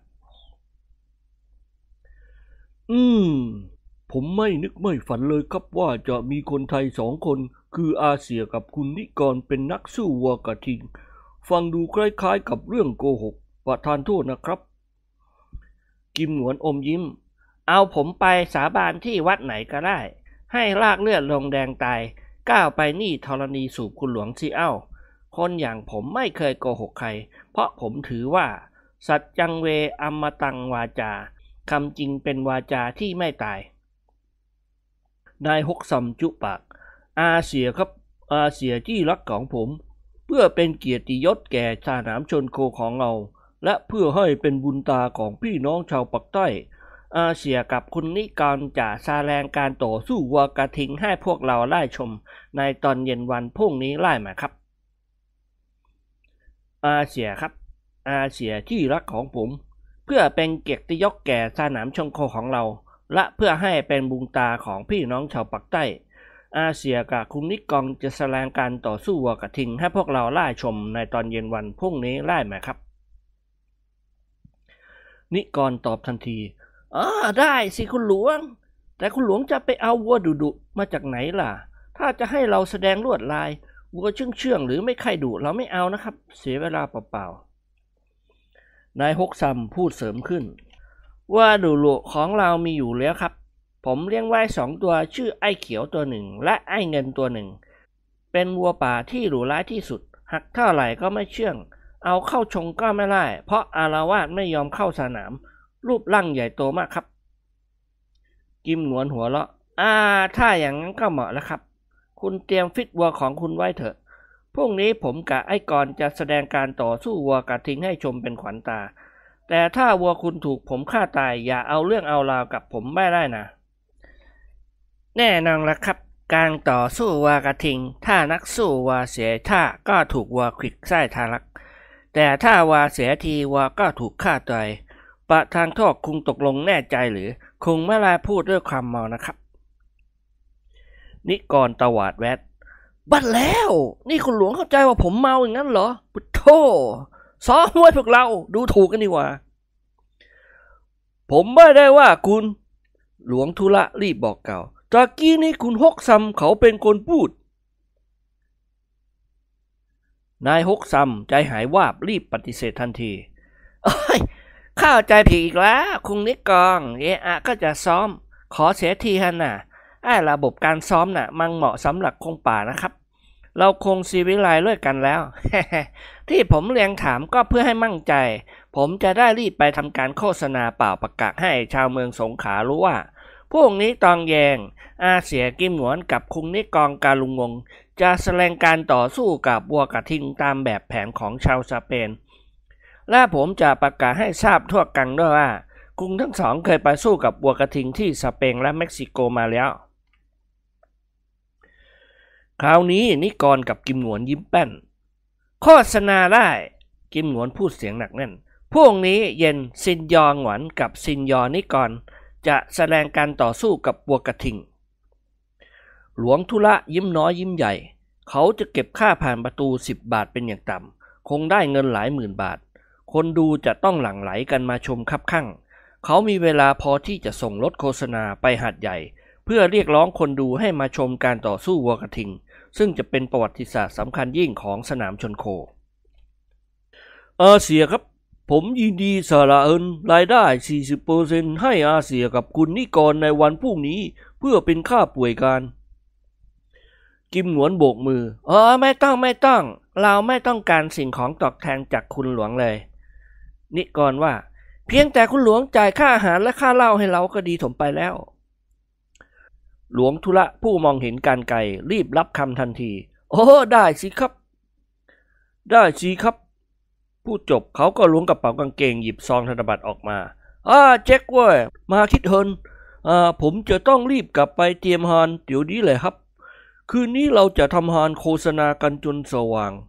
ผมไม่นึกไม่ฝันเลยครับว่าจะมีคนไทย2 คนคืออาเซียกับคุณนิกรเป็นนักสู้วัวกระทิงฟังดูคล้ายๆกับเรื่องโกหกประทานโทษนะครับกิมหงวนอมยิ้มเอาผมไปสาบานที่วัดไหนก็ได้ให้ลากเลือดลงแดงตายก้าวไปนี่ธรณีสูบคุณหลวงสิเอ้าคนอย่างผมไม่เคยโกหกใครเพราะผมถือว่าสัจจังเวอมตังวาจาคำจริงเป็นวาจาที่ไม่ตายนายฮกซัมจุปากอาเซียครับอาเซียที่รักของผมเพื่อเป็นเกียรติยศแก่สนามชนโคของเราและเพื่อให้เป็นบุญตาของพี่น้องชาวปักใต้อาเซียกับคุณนิกรจะแสดงการต่อสู้วัวกระทิงให้พวกเราได้ชมในตอนเย็นวันพรุ่งนี้ได้ไหมครับอาเซียครับอาเซียที่รักของผมเพื่อเป็นเกียรติยศแก่สนามชนโคของเราและเพื่อให้เป็นบุญตาของพี่น้องชาวปักใต้อาเซียกับคุณนิกรจะแสดงการต่อสู้วัวกระทิงให้พวกเราได้ชมในตอนเย็นวันพรุ่งนี้ได้ไหมครับนิกรตอบทันทีได้สิคุณหลวงแต่คุณหลวงจะไปเอาวัวดุมาจากไหนล่ะถ้าจะให้เราแสดงลวดลายวัวเชื่องหรือไม่ใครดุเราไม่เอานะครับเสียเวลาเปล่าๆนายฮกซัมพูดเสริมขึ้นว่าดุของเรามีอยู่แล้วครับผมเลี้ยงไว้2 ตัวชื่อไอ้เขียวตัวหนึ่งและไอ้เงินตัวหนึ่งเป็นวัวป่าที่ดุร้ายที่สุดหักเท่าไหร่ก็ไม่เชื่องเอาเข้าชงก็ไม่ได้เพราะอาละวาดไม่ยอมเข้าสนามรูปร่างใหญ่โตมากครับกิมหงวนหัวเราะถ้าอย่างนั้นก็เหมาะแล้วครับคุณเตรียมฟิตวัวของคุณไว้เถอะพรุ่งนี้ผมกับไอ้กรจะแสดงการต่อสู้วัวกระทิงให้ชมเป็นขวัญตาแต่ถ้าวัวคุณถูกผมฆ่าตายอย่าเอาเรื่องเอาราวกับผมไม่ได้นะแน่นอนละครับการต่อสู้วัวกระทิงถ้านักสู้วัวเสียท่าก็ถูกวัวขวิดไส้ทะลักแต่ถ้าวัวเสียทีวัวก็ถูกฆ่าตายประธานโทษคุงตกลงแน่ใจหรือคุงไม่ลาพูดด้วยความเมานะครับนิกรตวาดแวดบัดแล้วนี่คุณหลวงเข้าใจว่าผมเมาอย่างนั้นเหรอพุทโธซ้อมไว้พวกเราดูถูกกันดีกว่าผมไม่ได้ว่าคุณหลวงธุระรีบบอกเก่าตะกี้นี้คุณฮกซัมเขาเป็นคนพูดนายฮกซัมใจหายวาบรีบปฏิเสธทันทีเข้าใจผิดอีกแล้วคุณนิกรก็จะซ้อมขอเสียทีฮะน่ะระบบการซ้อมน่ะมันเหมาะสำหรับคงป่านะครับเราคงชีวิไลด้วยกันแล้ว ที่ผมเรียงถามก็เพื่อให้มั่นใจผมจะได้รีบไปทำการโฆษณาเป่าประกาศให้ชาวเมืองสงขลารู้ว่าพวกนี้ตองแยงอาเสียกิมหนวนกับคุงนิกรกาลุงงงจะแสดงการต่อสู้กับวัวกระทิงตามแบบแผนของชาวสเปนและผมจะประกาศให้ทราบทั่วกันด้วยว่าคุงทั้งสองเคยไปสู้กับวัวกระทิงที่สเปนและเม็กซิโกมาแล้วคราวนี้นิกรกับกิมหนวนยิ้มแป้นโฆษณาได้กิมหนวนพูดเสียงหนักแน่นพวกนี้เย็นซินยอหงวนกับซินยอนิกรจะแสดงการต่อสู้กับวัวกระทิงหลวงธุระยิ้มน้อยยิ้มใหญ่เขาจะเก็บค่าผ่านประตู10 บาทเป็นอย่างต่ำคงได้เงินหลายหมื่นบาทคนดูจะต้องหลั่งไหลกันมาชมคับคั่งเขามีเวลาพอที่จะส่งรถโฆษณาไปหาดใหญ่เพื่อเรียกร้องคนดูให้มาชมการต่อสู้วัวกระทิงซึ่งจะเป็นประวัติศาสตร์สำคัญยิ่งของสนามชนโคอาเซียครับผมยินดีสละรายได้ 40% ให้อาเซียกับคุณนิกรในวันพรุ่งนี้เพื่อเป็นค่าป่วยการกิมหนวนโบกมือไม่ต้องเราไม่ต้องการสิ่งของตอบแทนจากคุณหลวงเลยนิกรว่าเพียงแต่คุณหลวงจ่ายค่าอาหารและค่าเหล้าให้เราก็ดีถมไปแล้วหลวงธุระผู้มองเห็นการไกลรีบรับคำทันทีโอ้ได้สิครับได้สิครับพูดจบเขาก็ล้วงกระเป๋ากางเกงหยิบซองธนบัตรออกมาแจ็คเว้ยมาคิดเฮินผมจะต้องรีบกลับไปเตรียมฮานเดี๋ยวนี้เลยครับคืนนี้เราจะทำฮานโฆษณากันจนสว่าง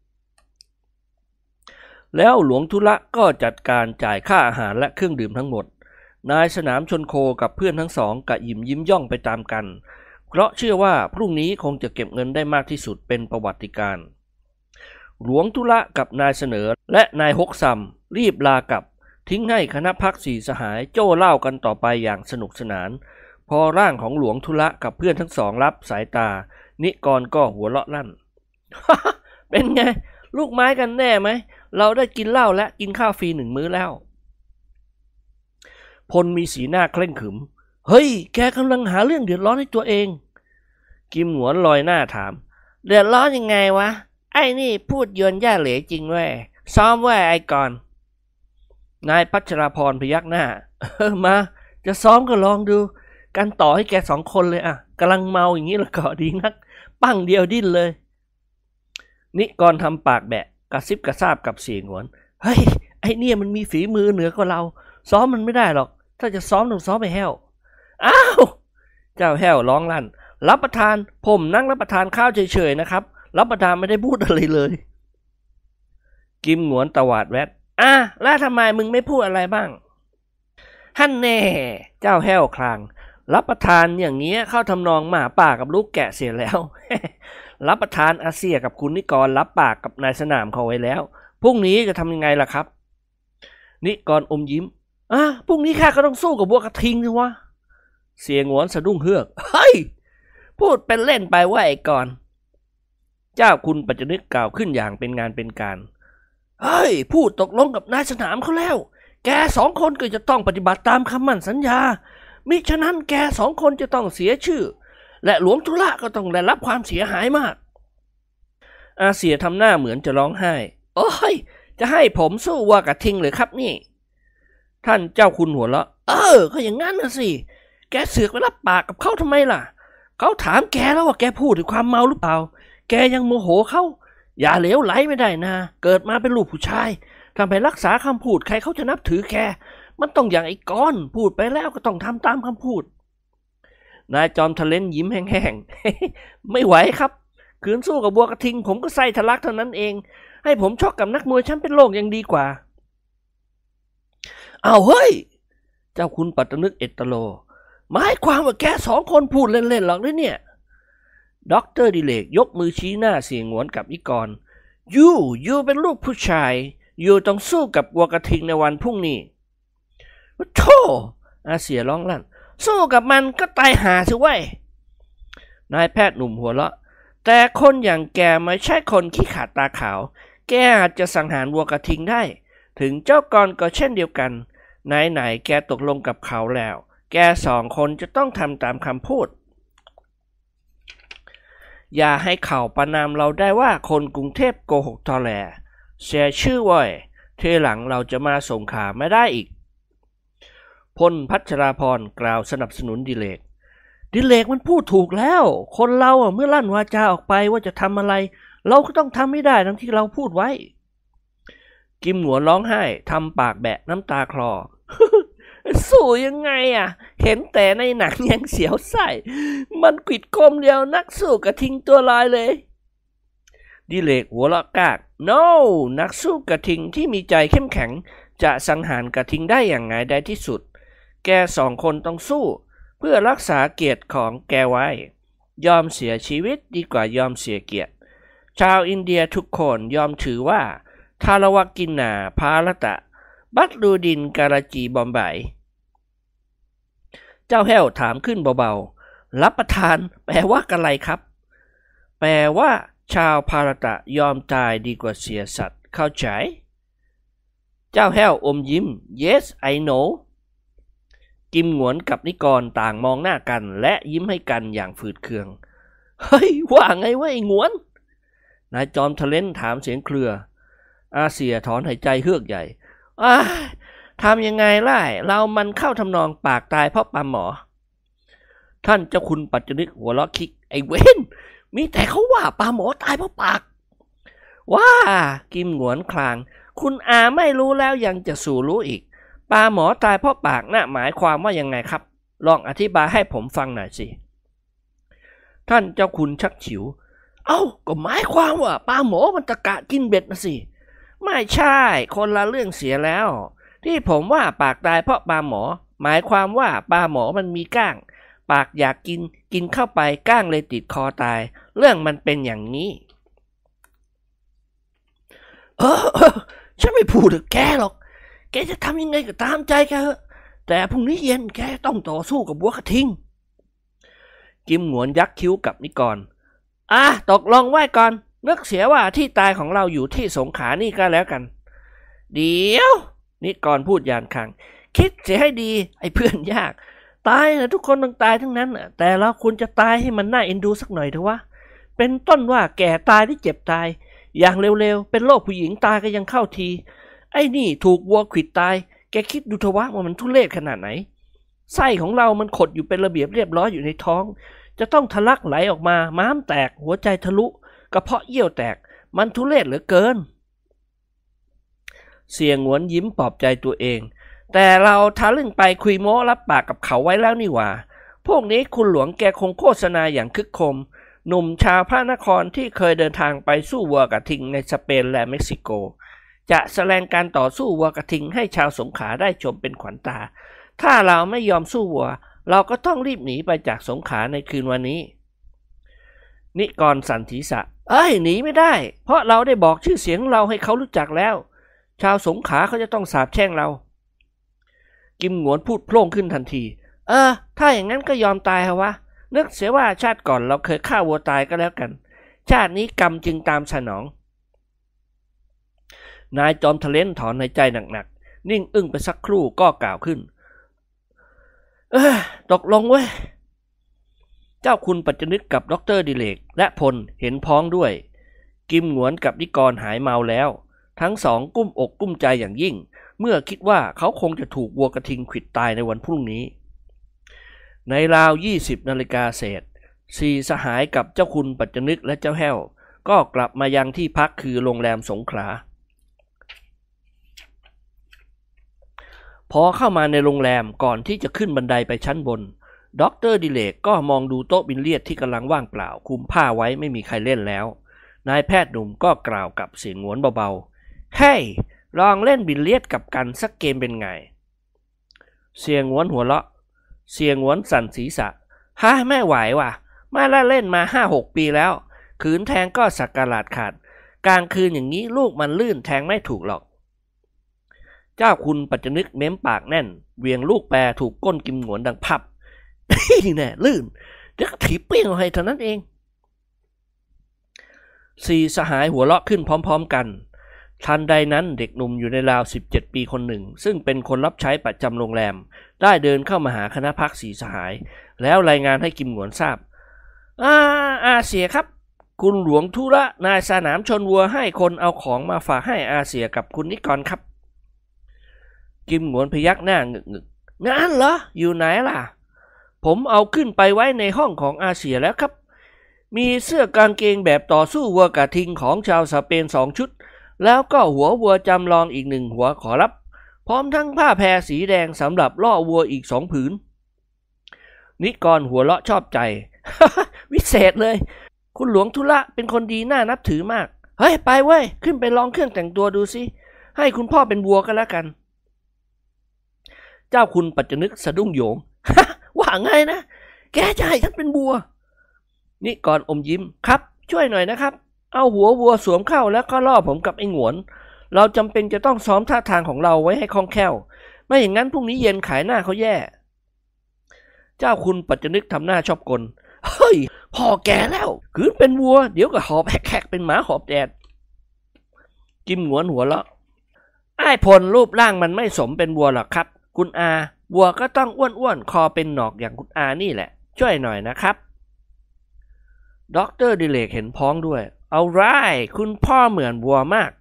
แล้วหลวงธุระก็จัดการจ่ายค่าอาหารและเครื่องดื่มทั้งหมดนายสนามชนโคกับเพื่อนทั้งสองกะยิ้มยิ้มย่องไปตามกันเพราะเชื่อว่าพรุ่งนี้คงจะเก็บเงินได้มากที่สุดเป็นประวัติการณ์หลวงธุระกับนายเสนอและนายฮกซัมรีบลากลับทิ้งให้คณะพักสี่สหายโจ้เล่ากันต่อไปอย่างสนุกสนานพอร่างของหลวงธุระกับเพื่อนทั้งสองรับสายตานิกรก็หัวเราะลั่น เป็นไงลูกไม้กันแน่ไหมเราได้กินเหล้าและกินข้าวฟรี1 มื้อแล้วพลมีสีหน้าเคร่งขรึมเฮ้ยแกกำลังหาเรื่องเดือดร้อนให้ตัวเองกิมหนวนลอยหน้าถามเดือดร้อนยังไงวะไอ้นี่พูดยวนย่าเหลจริงเว้ยซ้อมเว้ยไอ้ก่อนนายพัชราพรพยักหน้ามาจะซ้อมก็ลองดูกันต่อให้แก2 คนเลยกำลังเมาอย่างนี้ละก็ดีนักปั้งเดียวดิ้นเลยนิกรทำปากแบะกระซิบกระซาบกับเสียงหวนเฮ้ยไอ้เนี่ยมันมีฝีมือเหนือกว่าเราซ้อมมันไม่ได้หรอกถ้าจะซ้อมต้องซ้อมไปแห้วอ้าวเจ้าแห้วร้องลั่นรับประทานผมนั่งรับประทานข้าวเฉยๆนะครับรับประทานไม่ได้พูดอะไรเลยกิมหนวนตวาดแวดแล้วทำไมมึงไม่พูดอะไรบ้างฮั่นแน่เจ้าแห้วคลางรับประทานอย่างเงี้ยเข้าทำนองหมาป่ากับลูกแกะเสียแล้ว รับประทานอาเซียกับคุณนิกรรับปากกับนายสนามเขาไว้แล้วพรุ่งนี้จะทำยังไงล่ะครับนิกรอมยิ้มพรุ่งนี้ข้าก็ต้องสู้กับบัวกระทิงสิวะเสียงหวนสะดุ้งเฮือกเฮ้ยพูดเป็นเล่นไปว่าไอ้ก่อนเจ้าคุณปัจจนึกกล่าวขึ้นอย่างเป็นงานเป็นการเฮ้ยพูดตกลงกับนายสนามเขาแล้วแก2 คนก็จะต้องปฏิบัติตามคำมั่นสัญญามิฉะนั้นแก2 คนจะต้องเสียชื่อและหลวงธุระก็ต้องได้รับความเสียหายมากอาเซียทำหน้าเหมือนจะร้องไห้โอ้ยจะให้ผมสู้วัวกระทิงเลยครับนี่ท่านเจ้าคุณหัวเราะก็อย่างงั้นนะสิแกเสือกไปรับปากกับเขาทำไมล่ะเขาถามแกแล้วว่าแกพูดด้วยความเมาหรือเปล่าแกยังโมโหเขาอย่าเหลวไหลไม่ได้นะเกิดมาเป็นลูกผู้ชายทำให้รักษาคำพูดใครเขาจะนับถือแกมันต้องอย่างไอ้ก้อนพูดไปแล้วก็ต้องทำตามคำพูดนายจอมทะเลนยิ้มแห้งๆ ไม่ไหวครับคืนสู้กับบัวกระทิงผมก็ไส้ทะลักเท่านั้นเองให้ผมชกกับนักมวยแชมป์เป็นโลกยังดีกว่าเฮ้ยเจ้าคุณปัตตนึกเอตโลหมายความว่าแก2 คนพูดเล่นๆหรอกเนี่ยด็อกเตอร์ดิเลกยกมือชี้หน้าเสียงหวนกับนิกรยูเป็นลูกผู้ชายยูต้องสู้กับบัวกระทิงในวันพรุ่งนี้โธ่อาเซียร้องลั่นสู้กับมันก็ตายหาสิเว้ยนายแพทย์หนุ่มหัวเราะแต่คนอย่างแกไม่ใช่คนขี้ขาดตาขาวแกอาจจะสังหารวัวกระทิงได้ถึงเจ้ากรก็เช่นเดียวกันไหนแกตกลงกับเขาแล้วแก2 คนจะต้องทำตามคำพูดอย่าให้เขาประนามเราได้ว่าคนกรุงเทพโกหกตอแหลเสียชื่อไว้ทีหลังเราจะมาส่งขาไม่ได้อีกพลพัชราพรกล่าวสนับสนุนดิเลกมันพูดถูกแล้วคนเราเมื่อลั่นวาจาออกไปว่าจะทำอะไรเราก็ต้องทำให้ได้ดังที่เราพูดไว้กิมหนวนร้องไห้ทำปากแบะน้ำตาคลอ สู้ยังไงเห็นแต่ในหนังยังเสียวไส้มันขิดคมเดียวนักสู้กระทิงตัวลายเลยดิเลกหัวเราะกาก no นักสู้กระทิงที่มีใจเข้มแข็งจะสังหารกระทิงได้อย่างไงได้ที่สุดแก2 คนต้องสู้เพื่อรักษาเกียรติของแกไว้ยอมเสียชีวิตดีกว่ายอมเสียเกียรติชาวอินเดียทุกคนยอมถือว่าทารวกินนาภารตะบัตรูดินการาจีบอมไบเจ้าแห้วถามขึ้นเบาๆรับประทานแปลว่าอะไรครับแปลว่าชาวภารตะยอมตายดีกว่าเสียสัตว์เข้าใจเจ้าแห้วอมยิ้ม yes I know กิมหนวนกับนิกรต่างมองหน้ากันและยิ้มให้กันอย่างฝืดเคืองเฮ้ยว่าไงวะไอ้หนวนนายจอมทะเลนถามเสียงเครืออาเซียถอนหายใจเฮือกใหญ่ทำยังไงล่ะเรามันเข้าทำนองปากตายเพราะปลาหมอท่านเจ้าคุณปัจจนึกหัวเราะคิกไอ้เว้นมีแต่เขาว่าปลาหมอตายเพราะปากว้ากิมหงวนคลางคุณอาไม่รู้แล้วยังจะสู่รู้อีกปลาหมอตายเพราะปากน่ะหมายความว่ายังไงครับลองอธิบายให้ผมฟังหน่อยสิท่านเจ้าคุณชักฉิวก็หมายความว่าปลาหมอมันตะกะกินเบ็ดนะสิไม่ใช่คนละเรื่องเสียแล้วที่ผมว่าปากตายเพราะปลาหมอหมายความว่าปลาหมอมันมีก้างปากอยากกินเข้าไปก้างเลยติดคอตายเรื่องมันเป็นอย่างนี้ฉันไม่พูดถึงแกหรอกแกจะทำยังไงก็ตามใจแกเถอะแต่พรุ่งนี้เย็นแกต้องต่อสู้กับบัวกระทิงกิมหงวนยักคิ้วกับนิกรตกลงไว้ก่อนนึกเสียว่าที่ตายของเราอยู่ที่สงขลานี่ก็แล้วกันเดี๋ยวนิกรพูดยานคังคิดเสียให้ดีไอ้เพื่อนยากตายนะทุกคนต้องตายทั้งนั้นแต่เราควรจะตายให้มันน่าเอ็นดูสักหน่อยเถอะวะเป็นต้นว่าแก่ตายที่เจ็บตายอย่างเร็วๆเป็นโรคผู้หญิงตายก็ยังเข้าทีไอ้นี่ถูกวัวขวิดตายแกคิดดูเถอะวะว่ามันทุเรศขนาดไหนไส้ของเรามันขดอยู่เป็นระเบียบเรียบร้อยอยู่ในท้องจะต้องทะลักไหลออกมาม้ามแตกหัวใจทะลุกระเพาะเยี่ยวแตกมันทุเรศเหลือเกินเสียงหวนยิ้มปลอบใจตัวเองแต่เราทะลึ่งไปคุยโม้รับปากกับเขาไว้แล้วนี่หว่าพวกนี้คุณหลวงแกคงโฆษณาอย่างคึกโคมหนุ่มชาวพระนครที่เคยเดินทางไปสู้วัวกระทิงในสเปนและเม็กซิโกจะแสดงการต่อสู้วัวกระทิงให้ชาวสงขลาได้ชมเป็นขวัญตาถ้าเราไม่ยอมสู้วัวเราก็ต้องรีบหนีไปจากสงขลาในคืนวันนี้นิกรสั่นศีรษะหนีไม่ได้เพราะเราได้บอกชื่อเสียงเราให้เขารู้จักแล้วชาวสงขลาเขาจะต้องสาปแช่งเรากิมหงวนพูดโพล่งขึ้นทันทีถ้าอย่างนั้นก็ยอมตายเหรอวะนึกเสียว่าชาติก่อนเราเคยฆ่าวัวตายก็แล้วกันชาตินี้กรรมจึงตามสนองนายจอมทะเลนถอนในใจหนักๆนิ่งอึ้งไปสักครู่ก็กล่าวขึ้นตกลงเว้ยเจ้าคุณปัจจนึกกับดร.ดิเลกและพลเห็นพ้องด้วยกิมหงวนกับนิกรหายเมาแล้วทั้งสองกุ้มอกกุ้มใจอย่างยิ่งเมื่อคิดว่าเขาคงจะถูกวัวกระทิงขวิดตายในวันพรุ่งนี้ในราว20 นาฬิกาเศษสี่สหายกับเจ้าคุณปัจจนึกและเจ้าแห้วก็กลับมายังที่พักคือโรงแรมสงขลาพอเข้ามาในโรงแรมก่อนที่จะขึ้นบันไดไปชั้นบนดร.ดิเลกก็มองดูโต๊ะบิลเลียดที่กำลังว่างเปล่าคลุมผ้าไว้ไม่มีใครเล่นแล้วนายแพทย์หนุ่มก็กล่าวกับเสียงหงวนเบาๆเฮ้ยลองเล่นบิลเลียดกับกันสักเกมเป็นไงเสียงหงวนหัวเราะเสียงหงวนสั่นศีรษะไม่ไหวว่ะไม่ละเล่นมา 5-6 ปีแล้วขืนแทงก็สักกะหลาดขาดกลางคืนอย่างนี้ลูกมันลื่นแทงไม่ถูกหรอกเจ้าคุณปัจจนึกเม้มปากแน่นเวียงลูกแปรถูกก้นกิมหงวนดังพับนี่แน่ลื่นเดี๋ยวก็ถีบเปี้ยงให้เท่านั้นเองสี่สหายหัวเราะขึ้นพร้อมๆกันทันใดนั้นเด็กหนุ่มอยู่ในราว17 ปีคนหนึ่งซึ่งเป็นคนรับใช้ประจำโรงแรมได้เดินเข้ามาหาคณะพักสี่สหายแล้วรายงานให้กิมหงวนทราบเสียครับคุณหลวงธุระนายสนามชนวัวให้คนเอาของมาฝากให้อาเสียกับคุณนิกรครับกิมหงวนพยักหน้างึกๆงั้นเหรออยู่ไหนล่ะผมเอาขึ้นไปไว้ในห้องของอาเสียแล้วครับมีเสื้อกางเกงแบบต่อสู้วัวกระทิงของชาวสเปน2 ชุดแล้วก็หัววัวจำลองอีก1 หัวขอรับพร้อมทั้งผ้าแพรสีแดงสำหรับล่อวัวอีก2 ผืนนิกรหัวเราะชอบใจ วิเศษเลยคุณหลวงธุระเป็นคนดีน่านับถือมากเฮ้ยไปเว้ยขึ้นไปลองเครื่องแต่งตัวดูสิให้คุณพ่อเป็นวัวกันแล้วกันเจ้าคุณปัจจนึกสะดุ้งโยง ว่าไงนะแกจะให้ฉันเป็นวัวนิกรอมยิ้มครับช่วยหน่อยนะครับเอาหัววัวสวมเข้าแล้วก็ล่อผมกับไอ้หงวนเราจำเป็นจะต้องซ้อมท่าทางของเราไว้ให้คล่องแคล่วไม่อย่างนั้นพรุ่งนี้เย็นขายหน้าเขาแย่เจ้าคุณปัจจนึกทำหน้าชอบกลเฮ้ยพ่อแกแล้วขืนเป็นวัวเดี๋ยวก็หอบแหกๆเป็นหมาหอบแดดกิมหงวนหัวเราะไอ้พลรูปร่างมันไม่สมเป็นวัวหรอกครับคุณอาวัวก็ต้องอ้วนๆคอเป็นหนอกอย่างคุณอานี่แหละช่วยหน่อยนะครับดร.ดิเลกเห็นพ้องด้วยเอาไรคุณพ่อเหมือนวัวมาก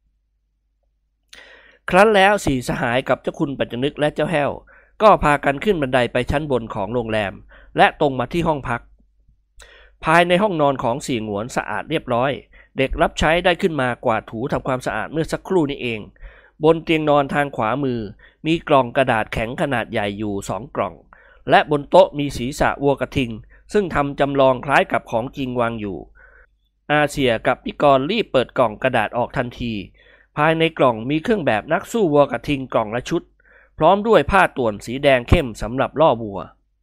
ครั้นแล้วสี่สหายกับเจ้าคุณปัจจนึกและเจ้าแห้วก็พากันขึ้นบันไดไปชั้นบนของโรงแรมและตรงมาที่ห้องพักภายในห้องนอนของเสี่ยหงวนสะอาดเรียบร้อยเด็กรับใช้ได้ขึ้นมากวาดถูทำความสะอาดเมื่อสักครู่นี้เองบนเตียงนอนทางขวามือมีกล่องกระดาษแข็งขนาดใหญ่อยู่2 กล่องและบนโต๊ะมีศีรษะวัวกระทิงซึ่งทำจำลองคล้ายกับของจริงวางอยู่อาเซียกับนิกรรีบเปิดกล่องกระดาษออกทันทีภายในกล่องมีเครื่องแบบนักสู้วัวกระทิงกล่องละชุดพร้อมด้วยผ้าต่วนสีแดงเข้มสำหรับล่อวัว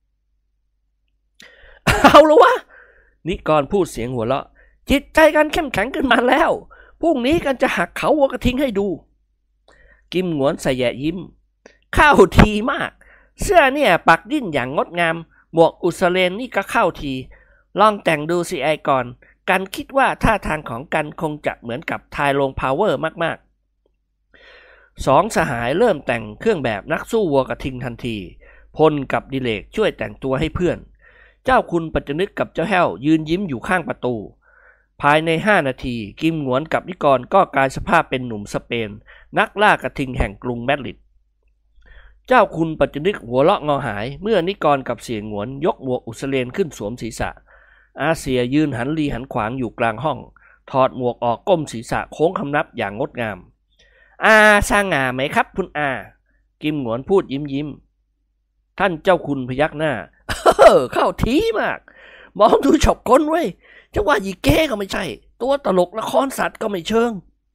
เอาละวะนิกรพูดเสียงหัวเราะจิตใจกันเข้มแข็งขึ้นมาแล้วพรุ่งนี้กันจะหักเขาวัวกระทิงให้ดูกิมหงวนใส่แย่ยิ้มเข้าทีมากเสื้อเนี่ยปักดิ้นอย่างงดงามหมวกอุสเลนนี่ก็เข้าทีลองแต่งดูสิไอก่อนกันคิดว่าท่าทางของกันคงจะเหมือนกับทายลงพาวเวอร์มากๆ2 สหายเริ่มแต่งเครื่องแบบนักสู้วัวกระทิงทันทีพลกับดิเลกช่วยแต่งตัวให้เพื่อนเจ้าคุณปัจจนึกกับเจ้าแห้วยืนยิ้มอยู่ข้างประตูภายใน5 นาทีกิมหงวนกับนิกรก็กลายสภาพเป็นหนุ่มสเปนนักล่ากระทิงแห่งกรุงแมดริดเจ้าคุณปัจจนึกหัวเราะงอหายเมื่อนิกรกับเสี่ยหงวนยกหมวกอุสเลนขึ้นสวมศีรษะอาเซียยืนหันรีหันขวางอยู่กลางห้องถอดหมวกออกก้มศีรษะโค้งคำนับอย่างงดงามสง่าไหมครับคุณกิมหงวนพูดยิ้มท่านเจ้าคุณพยักหน้าเข้าทีมากมองดูฉกก้นไว้จะว่ายีเก้ก็ไม่ใช่ตัวตลกละครสัตว์ก็ไม่เชิง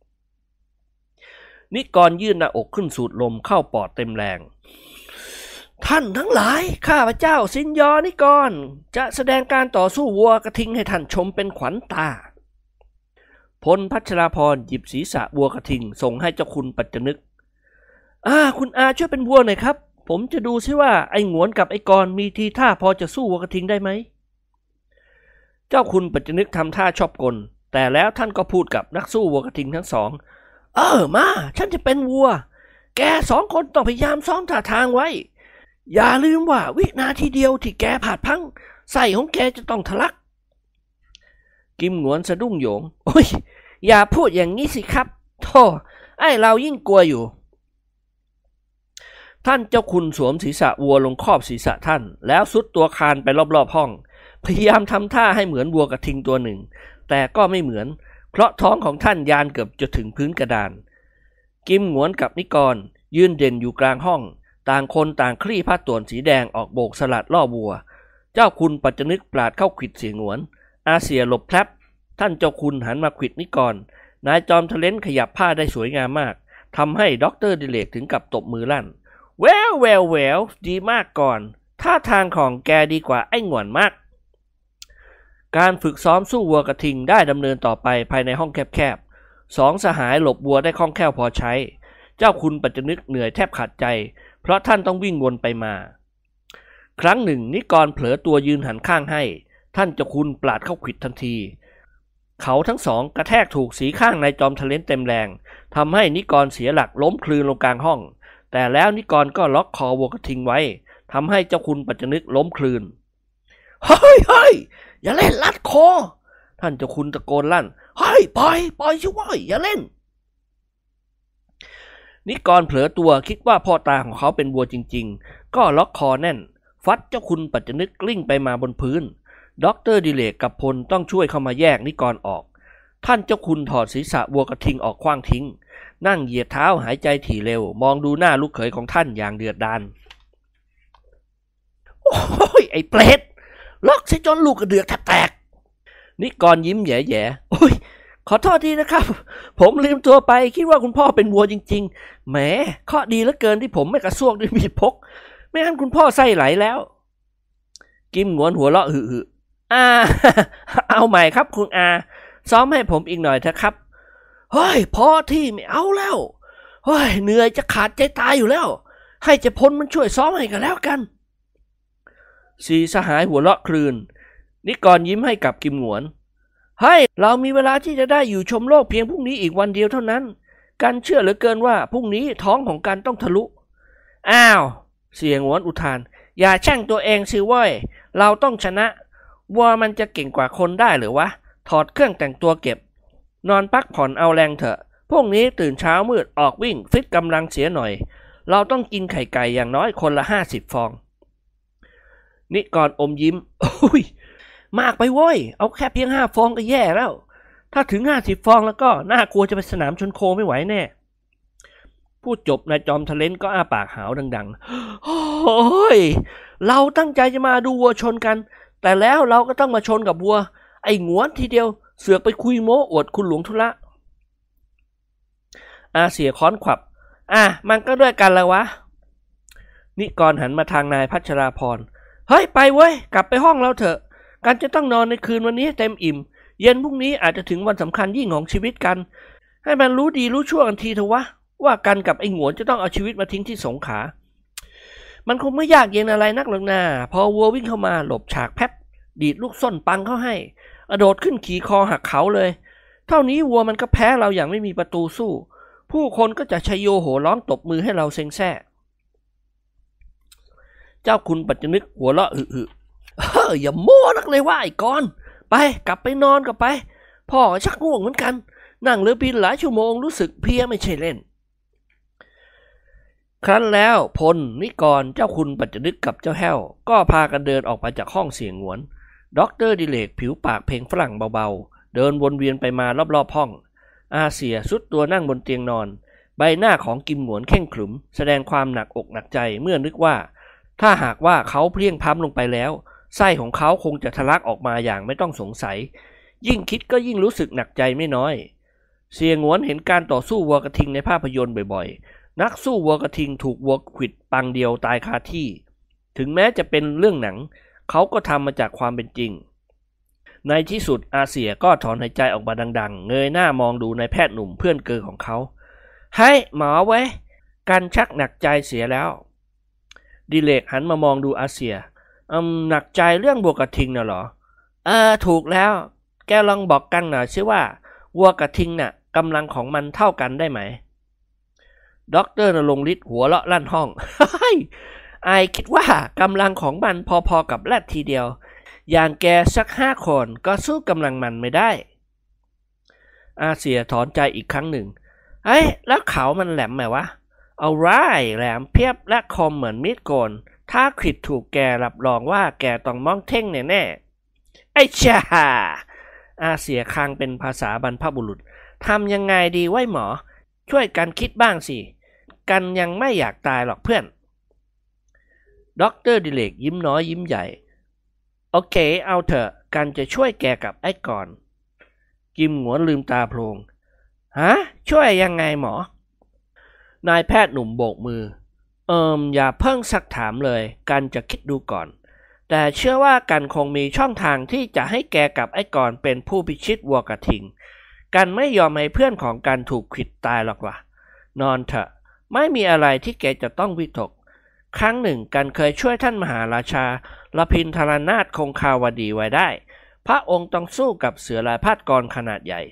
นิกรยื่นหน้าอกขึ้นสูดลมเข้าปอดเต็มแรงท่านทั้งหลายข้าพเจ้าซินยอนิกรจะแสดงการต่อสู้วัวกระทิงให้ท่านชมเป็นขวัญตาพลพัชราพรหยิบศีรษะวัวกระทิงส่งให้เจ้าคุณปัจจนึกคุณช่วยเป็นวัวหน่อยครับผมจะดูซิว่าไอ้หงวนกับไอ้กรมีทีท่าพอจะสู้วัวกระทิงได้ไหมเจ้าคุณปัจจนึกทำท่าชอบกลแต่แล้วท่านก็พูดกับนักสู้วัวกระทิงทั้งสองมาฉันจะเป็นวัวแก2 คนต้องพยายามซ้อมท่าทางไว้อย่าลืมว่าวินาทีเดียวที่แกผาดพังไส้ของแกจะต้องทะลักกิมหงวนสะดุ้งโยงโอ้ยอย่าพูดอย่างนี้สิครับโธ่ไอ้เรายิ่งกลัวอยู่ท่านเจ้าคุณสวมศีรษะวัวลงครอบศีรษะท่านแล้วซุดตัวคานไปรอบๆห้องพยายามทำท่าให้เหมือนวัวกระทิงตัวหนึ่งแต่ก็ไม่เหมือนเพราะท้องของท่านยานเกือบจะถึงพื้นกระดานกิมหงวนกับนิกรยืนเด่นอยู่กลางห้องต่างคนต่างคลี่ผ้าต่วนสีแดงออกโบกสลัดล่อวัวเจ้าคุณปัจจนึกปราดเข้าขวิดเสียงหงวนอาเซียหลบแพลบท่านเจ้าคุณหันมาขวิดนิกรนายจอมทะเลนขยับผ้าได้สวยงามมากทำให้ด็อกเตอร์ดิเลกถึงกับตบมือลั่นแววดีมากก่อนท่าทางของแกดีกว่าไอ้หงวนมากการฝึกซ้อมสู้วัวกระทิงได้ดำเนินต่อไปภายในห้องแคบๆ2 สหายหลบวัวได้คล่องแคล่วพอใช้เจ้าคุณปัจจนึกเหนื่อยแทบขาดใจเพราะท่านต้องวิ่งวนไปมาครั้งหนึ่งนิกรเผลอตัวยืนหันข้างให้ท่านเจ้าคุณปราดเข้าขวิดทันทีเขาทั้งสองกระแทกถูกสีข้างนายจอมทะเลนเต็มแรงทำให้นิกรเสียหลักล้มคลืนลงกลางห้องแต่แล้วนิกรก็ล็อกคอวัวกระทิงไว้ทำให้เจ้าคุณปัจจนึกล้มคลืนเฮ้ยอย่าเล่นลัดคอท่านเจ้าคุณตะโกนลั่นเฮ้ยปล่อยชิวะอย่าเล่นนิกรเผลอตัวคิดว่าพ่อตาของเขาเป็นวัวจริงๆก็ล็อกคอแน่นฟัดเจ้าคุณปัจจนึกกลิ้งไปมาบนพื้นด็อกเตอร์ดิเลกกับพลต้องช่วยเข้ามาแยกนิกรออกท่านเจ้าคุณถอดศีรษะวัวกระทิงออกขว้างทิ้งนั่งเหยียดเท้าหายใจถี่เร็วมองดูหน้าลูกเขยของท่านอย่างเดือดดาลโอ้ยไอ้เปรตล็อกซะจนลูกกระเดือกแตกนิกรยิ้มแย่ๆโอ้ยขอโทษทีนะครับผมลืมตัวไปคิดว่าคุณพ่อเป็นวัวจริงๆแหมเคราะห์ดีเหลือเกินที่ผมไม่กระซวกด้วยมีดพกไม่งั้นคุณพ่อไส้ไหลแล้วกิมหงวนหัวเราะเอาใหม่ครับคุณซ้อมให้ผมอีกหน่อยเถอะครับเฮ้ยพอที่ไม่เอาแล้วเฮ้ยเหนื่อยจะขาดใจตายอยู่แล้วให้เจ้าพลมันช่วยซ้อมให้กันแล้วกัน4 สหายหัวเราะคลืนนิกรยิ้มให้กับกิมหงวนเรามีเวลาที่จะได้อยู่ชมโลกเพียงพรุ่งนี้อีกวันเดียวเท่านั้นกันเชื่อเหลือเกินว่าพรุ่งนี้ท้องของกันต้องทะลุเสียงหงวนอุทานอย่าแช่งตัวเองสิเว้ยเราต้องชนะวัวมันจะเก่งกว่าคนได้หรือวะถอดเครื่องแต่งตัวเก็บนอนพักผ่อนเอาแรงเถอะพรุ่งนี้ตื่นเช้ามืดออกวิ่งฟิตกำลังเสียหน่อยเราต้องกินไข่ไก่อย่างน้อยคนละ50 ฟองนิกรอมยิ้มมากไปเว้ยเอาแค่เพียง5 ฟองก็แย่แล้วถ้าถึง50 ฟองแล้วก็น่ากลัวจะไปสนามชนโคไม่ไหวแน่พูดจบนายจอมทะเลนก็อ้าปากหาวดังๆโอ้ยเราตั้งใจจะมาดูวัวชนกันแต่แล้วเราก็ต้องมาชนกับวัวไอ้หงวนทีเดียวเสือกไปคุยโม้อวดคุณหลวงธุระอาเสียค้อนขวับมันก็ด้วยกันแล้ววะนิกรหันมาทางนายพัชราพรเฮ้ยไปเว้ยกลับไปห้องเราเถอะกันจะต้องนอนในคืนวันนี้เต็มอิ่มเย็นพรุ่งนี้อาจจะถึงวันสำคัญยิ่งของชีวิตกันให้มันรู้ดีรู้ชั่วกันทีเถอะวะว่ากันกับไอ้หงวนจะต้องเอาชีวิตมาทิ้งที่สงขลามันคงไม่ยากเย็นอะไรนักหรอกนะพอวัววิ่งเข้ามาหลบฉากแป๊บดีดลูกส้นปังเข้าให้กระโดดขึ้นขี่คอหักเขาเลยเท่านี้วัวมันก็แพ้เราอย่างไม่มีประตูสู้ผู้คนก็จะชัยโยโห่ร้องตบมือให้เราเซ็งแซ่เจ้าคุณปัจจนึกหัวเราะหึอย่าโม้นักเลยว่าไอ้กอนไปกลับไปนอนกับไปพ่อชักง่วงเหมือนกันนั่งเรือบินหลายชั่วโมงรู้สึกเพลียไม่ใช่เล่นครั้นแล้วพลนิกรเจ้าคุณปัจจนึกกับเจ้าแห้วก็พากันเดินออกไปจากห้องเสียงหวนด็อกเตอร์ดิเลกผิวปากเพลงฝรั่งเบาๆเดินวนเวียนไปมารอบๆห้องอาเสียสุดตัวนั่งบนเตียงนอนใบหน้าของกิมหงวนเข่งขรึมแสดงความหนักอกหนักใจเมื่อนึกว่าถ้าหากว่าเขาเพลียงพล้ำลงไปแล้วไส้ของเขาคงจะทะลักออกมาอย่างไม่ต้องสงสัยยิ่งคิดก็ยิ่งรู้สึกหนักใจไม่น้อยเสียหงวนเห็นการต่อสู้วัวกระทิงในภาพยนตร์บ่อยๆนักสู้วัวกระทิงถูกวัวขวิดปังเดียวตายคาที่ถึงแม้จะเป็นเรื่องหนังเขาก็ทำมาจากความเป็นจริงในที่สุดอาเสียก็ถอนหายใจออกมาดังๆเงยหน้ามองดูนายแพทย์หนุ่มเพื่อนเกอของเขาให้หมอไว้กันชักหนักใจเสียแล้วดิเลกหันมามองดูอาเสียหนักใจเรื่องวัวกระทิงน่ะเหรอถูกแล้วแกลองบอกกันหน่อยสิว่าวัวกระทิงน่ะกำลังของมันเท่ากันได้ไหมด็อกเตอร์ณรงค์ฤทธิ์หัวเราะลั่นห้อง ไอคิดว่ากำลังของมันพอๆกับแรดทีเดียวอย่างแกสัก5 คนก็สู้กำลังมันไม่ได้อาเสียถอนใจอีกครั้งหนึ่งแล้วเขามันแหลมไหมวะเอาไรแหลมเพียบและคมเหมือนมีดโกนถ้าขิดถูกแกรับรองว่าแกต้องมองเท่งแน่ๆไอ้ชาอาเสียคางเป็นภาษาบรรพบุรุษทำยังไงดีไว้หมอช่วยกันคิดบ้างสิกันยังไม่อยากตายหรอกเพื่อนด็อกเตอร์ดิเลกยิ้มน้อยยิ้มใหญ่โอเคเอาเถอะกันจะช่วยแกกับไอ้ก่อนกิมหงวนลืมตาโพลงช่วยยังไงหมอนายแพทย์หนุ่มโบกมืออย่าเพิ่งซักถามเลยกันจะคิดดูก่อนแต่เชื่อว่ากันคงมีช่องทางที่จะให้แกกับไอ้ก่อนเป็นผู้พิชิตวัวกระทิงกันไม่ยอมให้เพื่อนของกันถูกขวิดตายหรอกว่ะนอนเถอะไม่มีอะไรที่แกจะต้องวิตกครั้งหนึ่งกันเคยช่วยท่านมหาราชาลพินทรนาถคงคาวดีไว้ได้พระองค์ต้องสู้กับเสือลายพาดกรขนาดใหญ่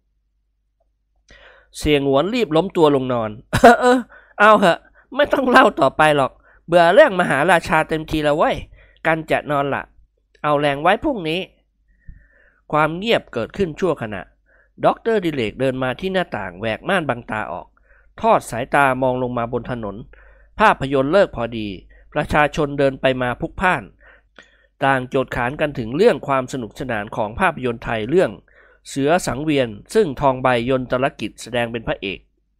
เสียงหวนรีบล้มตัวลงนอนเอาเหอะไม่ต้องเล่าต่อไปหรอกเบื่อเรื่องมหาราชาเต็มทีแล้วเว้ยกันจะนอนละเอาแรงไว้พรุ่งนี้ความเงียบเกิดขึ้นชั่วขณะด็อกเตอร์ดิเลกเดินมาที่หน้าต่างแหวกม่านบังตาออกทอดสายตามองลงมาบนถนนภาพยนตร์เลิกพอดีประชาชนเดินไปมาพลุกพล่านต่างโจทย์ขานกันถึงเรื่องความสนุกสนานของภาพยนตร์ไทยเรื่องเสือสังเวียนซึ่งทองใบยนตรกิจแสดงเป็นพระเอก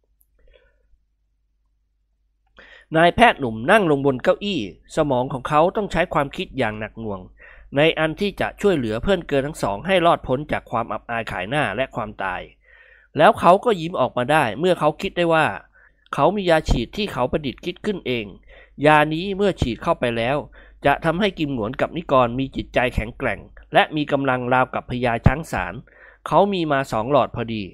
นายแพทย์หนุ่มนั่งลงบนเก้าอี้สมองของเขาต้องใช้ความคิดอย่างหนักหน่วงในอันที่จะช่วยเหลือเพื่อนเกินทั้งสองให้รอดพ้นจากความอับอายขายหน้าและความตายแล้วเขาก็ยิ้มออกมาได้เมื่อเขาคิดได้ว่าเขามียาฉีดที่เขาประดิษฐ์คิดขึ้นเองยานี้เมื่อฉีดเข้าไปแล้วจะทำให้กิมหงวนกับนิกรมีจิตใจแข็งแกร่งและมีกำลังราวกับพญาช้างสารเขามีมา2 หลอดพอดี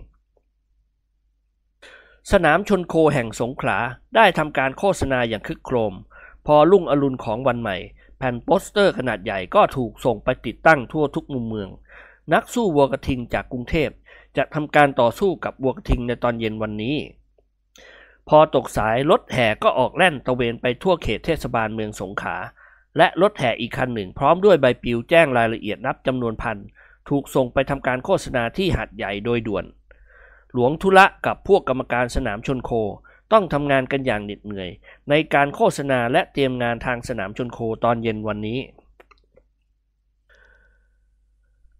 สนามชนโคแห่งสงขลาได้ทำการโฆษณาอย่างคึกโครมพอรุ่งอรุณของวันใหม่แผ่นโปสเตอร์ขนาดใหญ่ก็ถูกส่งไปติดตั้งทั่วทุกมุมเมืองนักสู้วัวกระทิงจากกรุงเทพจะทำการต่อสู้กับวัวกระทิงในตอนเย็นวันนี้พอตกสายรถแห่ก็ออกแล่นตะเวนไปทั่วเขตเทศบาลเมืองสงขลาและรถแห่อีกคันหนึ่งพร้อมด้วยใบปลิวแจ้งรายละเอียดนับจำนวนพันถูกส่งไปทำการโฆษณาที่หาดใหญ่โดยด่วนหลวงธุระกับพวกกรรมการสนามชนโคต้องทำงานกันอย่างเหน็ดเหนื่อยในการโฆษณาและเตรียมงานทางสนามชนโคตอนเย็นวันนี้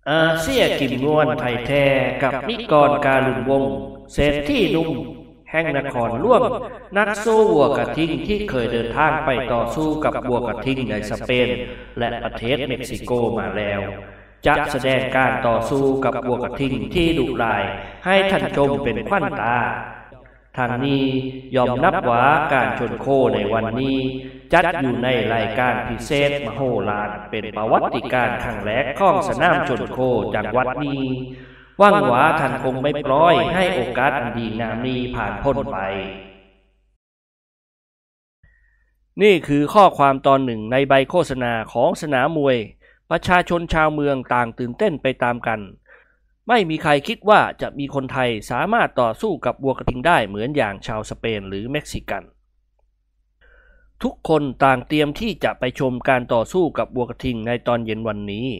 อาเซียกิมนวลไทยแท้กับนิกรการุณวงศ์เศรษฐีหนุ่มแห่งนครหลวงนักสู้วัวกระทิงที่เคยเดินทางไปต่อสู้กับวัวกระทิงในสเปนและประเทศเม็กซิโกมาแล้วจะแสดงการต่อสู้กับวัวกระทิงที่ดุร้ายให้ท่านชมเป็นขวัญตาทางนี้ยอมนับว่าการชนโคในวันนี้จัดอยู่ในรายการพิเศษมโหฬารเป็นประวัติการณ์ครั้งแรกของสนามชนโคจังหวัดนี้หวังว่าท่านคงไม่ปล่อยให้โอกาสอันดีงามนี้ผ่านพ้นไปนี่คือข้อความตอนหนึ่งในใบโฆษณาของสนามมวยประชาชนชาวเมืองต่างตื่นเต้นไปตามกันไม่มีใครคิดว่าจะมีคนไทยสามารถต่อสู้กับวัวกระทิงได้เหมือนอย่างชาวสเปนหรือเม็กซิกันทุกคนต่างเตรียมที่จะไปชมการต่อสู้กับวัวกระทิงในตอนเย็นวันนี้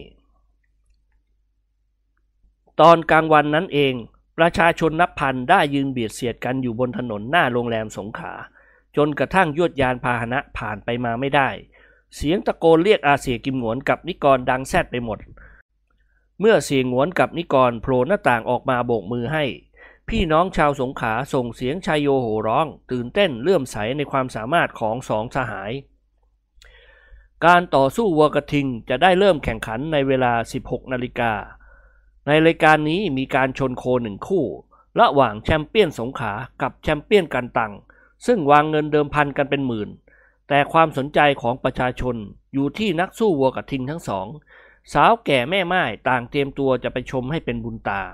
ตอนกลางวันนั้นเองประชาชนนับพันได้ยืนเบียดเสียดกันอยู่บนถนนหน้าโรงแรมสงขลาจนกระทั่งยวดยานพาหนะผ่านไปมาไม่ได้เสียงตะโกนเรียกอาเสียกิมหงวนกับนิกรดังแซดไปหมดเมื่อเสียหงวนกับนิกรโผล่หน้าต่างออกมาโบกมือให้พี่น้องชาวสงขลาส่งเสียงชายโยโห่ร้องตื่นเต้นเลื่อมใสในความสามารถของสองสหายการต่อสู้วัวกระทิงจะได้เริ่มแข่งขันในเวลา 16 นาฬิกาในรายการนี้มีการชนโคหนึ่งคู่ระหว่างแชมเปี้ยนสงขลากับแชมเปี้ยนกันตังซึ่งวางเงินเดิมพันกันเป็นหมื่นแต่ความสนใจของประชาชนอยู่ที่นักสู้วัวกระทิงทั้งสองสาวแก่แม่ไม้ต่างเตรียมตัวจะไปชมให้เป็นบุญตา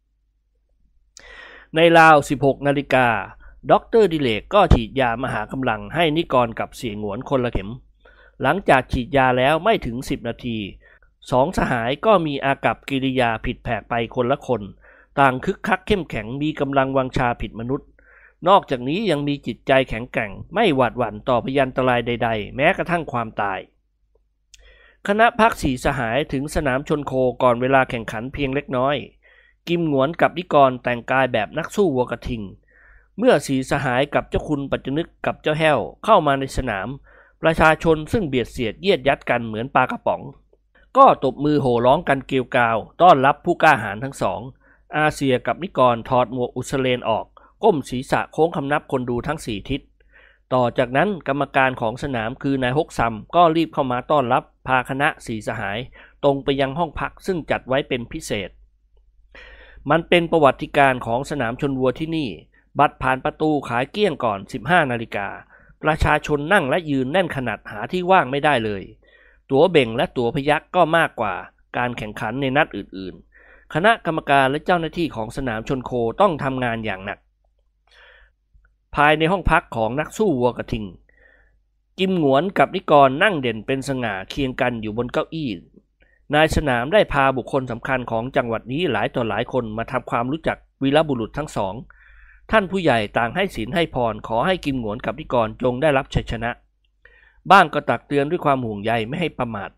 ในราว 16 นาฬิกาดร.ดิเลกก็ฉีดยามหากำลังให้นิกรกับเสียหงวนคนละเข็มหลังจากฉีดยาแล้วไม่ถึง10 นาทีสองสหายก็มีอากัปกิริยาผิดแผกไปคนละคนต่างคึกคักเข้มแข็งมีกำลังวังชาผิดมนุษย์นอกจากนี้ยังมีจิตใจแข็งแกร่งไม่หวาดหวั่นต่อพยันตรายใดๆแม้กระทั่งความตายคณะพักสี่สหายถึงสนามชนโคก่อนเวลาแข่งขันเพียงเล็กน้อยกิมหงวนกับนิกรแต่งกายแบบนักสู้วัวกระทิงเมื่อสี่สหายกับเจ้าคุณปัจจนึกกับเจ้าแห้วเข้ามาในสนามประชาชนซึ่งเบียดเสียดเยียดยัดกันเหมือนปลากระป๋องก็ตบมือโห่ร้องกันเกลียวกราวต้อนรับผู้กล้าหาญทั้งสองอาเซียกับนิกรถอดหมวกอุสเลนออกก้มศีรษะโค้งคำนับคนดูทั้ง4ทิศต่อจากนั้นกรรมการของสนามคือนายฮกซัมก็รีบเข้ามาต้อนรับพาคณะสี่สหายตรงไปยังห้องพักซึ่งจัดไว้เป็นพิเศษมันเป็นประวัติการของสนามชนวัวที่นี่บัตรผ่านประตูขายเกลี้ยงก่อน 15 นาฬิกาประชาชนนั่งและยืนแน่นขนาดหาที่ว่างไม่ได้เลยตั๋วเบ่งและตั๋วพยัคฆ์ก็มากกว่าการแข่งขันในนัดอื่นๆคณะกรรมการและเจ้าหน้าที่ของสนามชนโคต้องทำงานอย่างหนักภายในห้องพักของนักสู้วัวกระทิงกิมหงวนกับนิกรนั่งเด่นเป็นสง่าเคียงกันอยู่บนเก้าอี้นายสนามได้พาบุคคลสำคัญของจังหวัดนี้หลายต่อหลายคนมาทำความรู้จักวีรบุรุษทั้งสองท่านผู้ใหญ่ต่างให้ศีลให้พรขอให้กิมหงวนกับนิกรจงได้รับชัยชนะบ้างก็ตักเตือนด้วยความห่วงใยไม่ให้ประมาท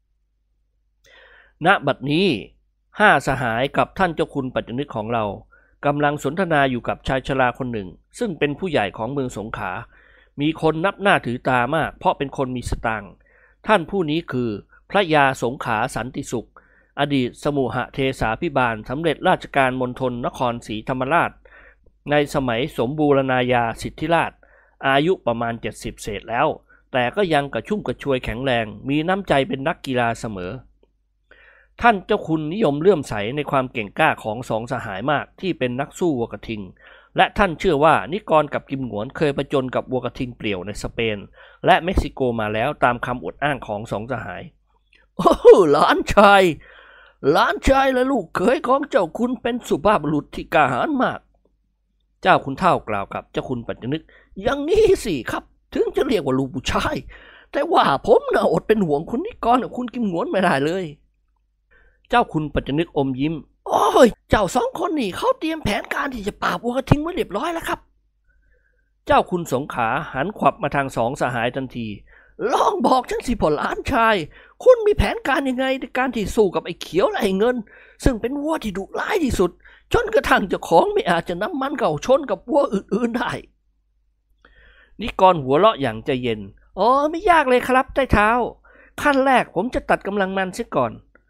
ณบัดนี้5สหายกับท่านเจ้าคุณปัจจนึกของเรากำลังสนทนาอยู่กับชายชราคนหนึ่งซึ่งเป็นผู้ใหญ่ของเมืองสงขลามีคนนับหน้าถือตามากเพราะเป็นคนมีสตางค์ท่านผู้นี้คือพระยาสงขลาสันติสุขอดีตสมุหเทสาภิบาลสำเร็จราชการมณฑลนครศรีธรรมราชในสมัยสมบูรณาญาสิทธิราชอายุประมาณ70เศษแล้วแต่ก็ยังกระชุ่มกระชวยแข็งแรงมีน้ำใจเป็นนักกีฬาเสมอท่านเจ้าคุณนิยมเลื่อมใสในความเก่งกล้าของสองสหายมากที่เป็นนักสู้วัวกระทิงและท่านเชื่อว่านิกรกับกิมหงวนเคยผจญกับวัวกระทิงเปลี่ยวในสเปนและเม็กซิโกมาแล้วตามคำอวดอ้างของสองสหายโอ้หลานชายและลูกเขยของเจ้าคุณเป็นสุภาพบุรุษที่กล้าหาญมากเจ้าคุณเฒ่ากล่าวกับเจ้าคุณปัจจนึกอย่างนี้สิครับถึงจะเรียกว่าลูกผู้ชายแต่ว่าผมน่ะอดเป็นห่วงคุณนิกรกับคุณกิมหงวนไม่ได้เลยเจ้าคุณปัจจนึกอมยิ้มโอ้ยเจ้า2 คนนี่เขาเตรียมแผนการที่จะปราบวัวกระทิงไว้เรียบร้อยแล้วครับเจ้าคุณสงขลาหันขวับมาทางสองสหายทันทีลองบอกฉันสิพ่อหลานชายคุณมีแผนการยังไงในการที่สู้กับไอ้เขียวและไอ้เงินซึ่งเป็นวัวที่ดุร้ายที่สุดจนกระทั่งเจ้าของไม่อาจจะนำมันเข้าชนกับวัวอื่นๆได้นิกรหัวเราะอย่างใจเย็นไม่ยากเลยครับใต้เท้าขั้นแรกผมจะตัดกำลังมันเสียก่อน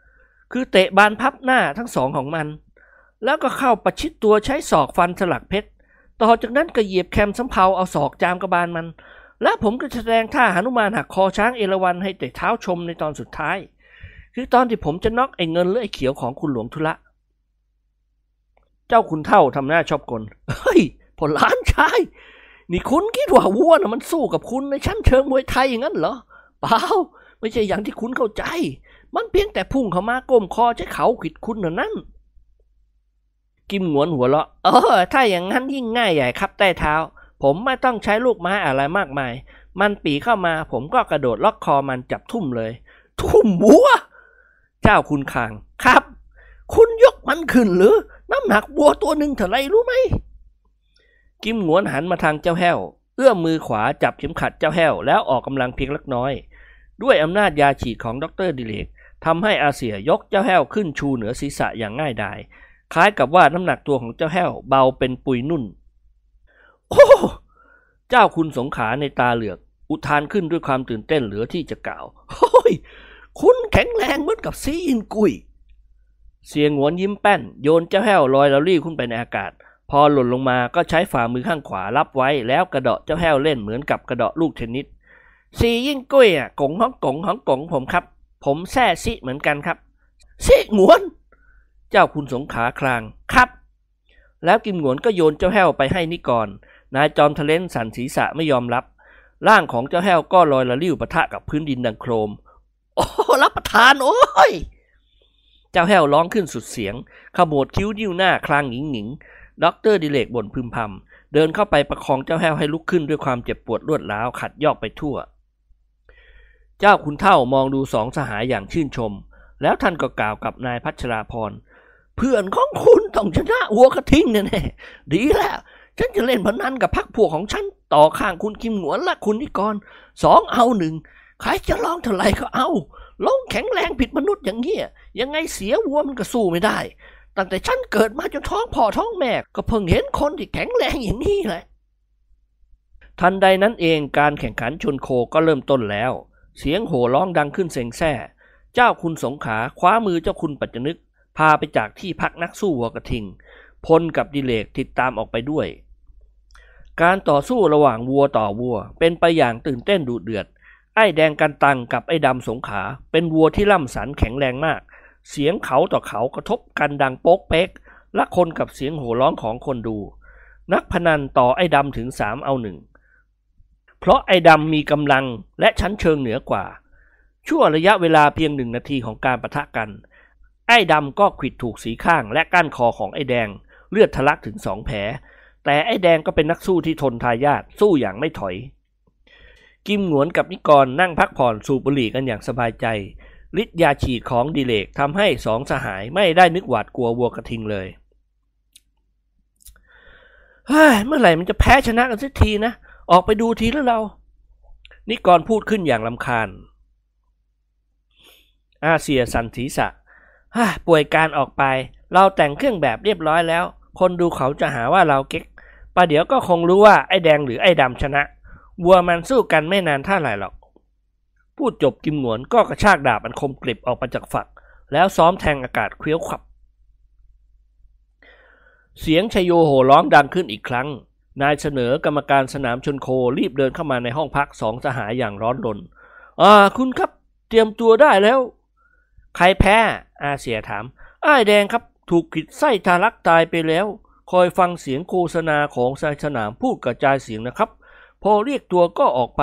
คือเตะบานพับหน้าทั้งสองของมันแล้วก็เข้าประชิดตัวใช้ศอกฟันสลักเพชรต่อจากนั้นก็เหยียบแคมสำเภาเอาศอกจามกระบาลมันและผมก็แสดงท่าหนุมานหักคอช้างเอราวัณให้แต่เท้าชมในตอนสุดท้ายคือตอนที่ผมจะน็อกไอ้เงินหรือไอ้เขียวของคุณหลวงธุระเจ้าคุณเท่าทำหน้าชอบกลเฮ้ยพอล้านชายนี่คุณคิดว่าวัวน่ะมันสู้กับคุณในชั้นเชิงมวยไทยอย่างนั้นเหรอเปล่าไม่ใช่อย่างที่คุณเข้าใจมันเพียงแต่พุ่งเข้ามาก้มคอใช้เขาขิดคุณเท่านั้นกิมหงวนหัวเราะถ้าอย่างนั้นยิ่งง่ายใหญ่ครับใต้เท้าผมไม่ต้องใช้ลูกไม้อะไรมากมายมันปีเข้ามาผมก็กระโดดล็อกคอมันจับทุ่มเลยทุ่มวัวเจ้าคุณคางครับคุณยกมันขึ้นหรือน้ำหนักวัวตัวหนึ่งเท่าไรรู้ไหมกิมหงวนหันมาทางเจ้าแห้วเอื้อมมือขวาจับเข็มขัดเจ้าแห้วแล้วออกกำลังเพียงเล็กน้อยด้วยอำนาจยาฉีดของดร.ดิเลกทำให้อาเซียยกเจ้าแห้วขึ้นชูเหนือศีรษะอย่างง่ายดายคล้ายกับว่าน้ำหนักตัวของเจ้าแห้วเบาเป็นปุยนุ่นโอ้เจ้าคุณสงขาในตาเหลือกอุทานขึ้นด้วยความตื่นเต้นเหลือที่จะกล่าวโอ้ยคุณแข็งแรงเหมือนกับซีอินกุยเสียงหวนยิ้มแป้นโยนเจ้าแห้วลอยละลี่ขึ้นไปในอากาศพอหล่นลงมาก็ใช้ฝ่ามือข้างขวารับไว้แล้วกระเดาะเจ้าแห้วเล่นเหมือนกับกระเดาะลูกเทนนิสซีอินกุยกงฮ่องกงผมครับผมแซ่ซิเหมือนกันครับซิหงวนเจ้าคุณสงขาคลางครับแล้วกิมหงวนก็โยนเจ้าแห้วไปให้นิกรนายจอมทะเลนสั่นศีรษะไม่ยอมรับร่างของเจ้าแห้วก็ลอยละลิ้วปะทะกับพื้นดินดังโครมโอ้รับประทานโอ้ยเจ้าแห้วร้องขึ้นสุดเสียงขมวดคิ้วนิ้วหน้าคลางหงิงดร.ดิเลกบ่นพึมพำเดินเข้าไปประคองเจ้าแห้วให้ลุกขึ้นด้วยความเจ็บปวดรวดร้าวขัดยอกไปทั่วเจ้าคุณเท่ามองดูสองสหายอย่างชื่นชมแล้วท่านก็กล่าวกับนายพัชราพรเพื่อนของคุณต้องชนะวัวกระทิงแน่ๆดีแล้วฉันจะเล่นพนันกับพรรคพวกของฉันต่อข้างคุณกิมหงวนและคุณนิกร2 เอา 1ใครจะลองเท่าไหร่ก็เอาลงแข็งแรงผิดมนุษย์อย่างเงี้ยยังไงเสียวัวมันก็สู้ไม่ได้ตั้งแต่ฉันเกิดมาจนท้องพ่อท้องแม่ก็เพิ่งเห็นคนที่แข็งแรงอย่างนี้แหละทันใดนั้นเองการแข่งขันชนโคก็เริ่มต้นแล้วเสียงโห่ร้องดังขึ้นเซ็งแซ่เจ้าคุณสงขาคว้ามือเจ้าคุณปัจจนึกพาไปจากที่พักนักสู้วัวกระทิงพลกับดิเลกติดตามออกไปด้วยการต่อสู้ระหว่างวัวต่อวัวเป็นไปอย่างตื่นเต้นดุเดือดไอ้แดงกันตังกับไอ้ดำสงขาเป็นวัวที่ล่ำสันแข็งแรงมากเสียงเขาต่อเขากระทบกันดังโป๊กเป๊กและคนกับเสียงโห่ร้องของคนดูนักพนันต่อไอ้ดำถึง3 เอา 1เพราะไอ้ดำมีกำลังและชั้นเชิงเหนือกว่าชั่วระยะเวลาเพียง1 นาทีของการปะทะกันไอ้ดำก็ขวิดถูกสีข้างและก้านคอของไอ้แดงเลือดทะลักถึง2 แผลแต่ไอ้แดงก็เป็นนักสู้ที่ทนทายาทสู้อย่างไม่ถอยกิมหงวนกับนิกรนั่งพักผ่อนสูบบุหรี่กันอย่างสบายใจฤทธิ์ยาฉีดของดิเลกทำให้2 สหายไม่ได้นึกหวาดกลัววัวกระทิงเลยเฮ้ยเมื่อไหร่มันจะแพ้ชนะกันสักทีนะออกไปดูทีแล้วเรานิกรพูดขึ้นอย่างรำคาญอาเซียสั่นศีรษะป่วยการออกไปเราแต่งเครื่องแบบเรียบร้อยแล้วคนดูเขาจะหาว่าเราเก๊กประเดี๋ยวก็คงรู้ว่าไอ้แดงหรือไอ้ดำชนะวัวมันสู้กันไม่นานเท่าไหร่หรอกพูดจบกิมหงวนก็กระชากดาบอันคมกริบออกมาจากฝักแล้วซ้อมแทงอากาศเคลี้ยวขับเสียงชโยโห่ร้องดังขึ้นอีกครั้งนายเสนอกรรมการสนามชนโครีบเดินเข้ามาในห้องพัก2 สหายอย่างร้อนรนคุณครับเตรียมตัวได้แล้วใครแพ้อาเซียถามไอ้แดงครับถูกขิดไส้ทารักตายไปแล้วคอยฟังเสียงโฆษณาของชายสนามพูดกระจายเสียงนะครับพอเรียกตัวก็ออกไป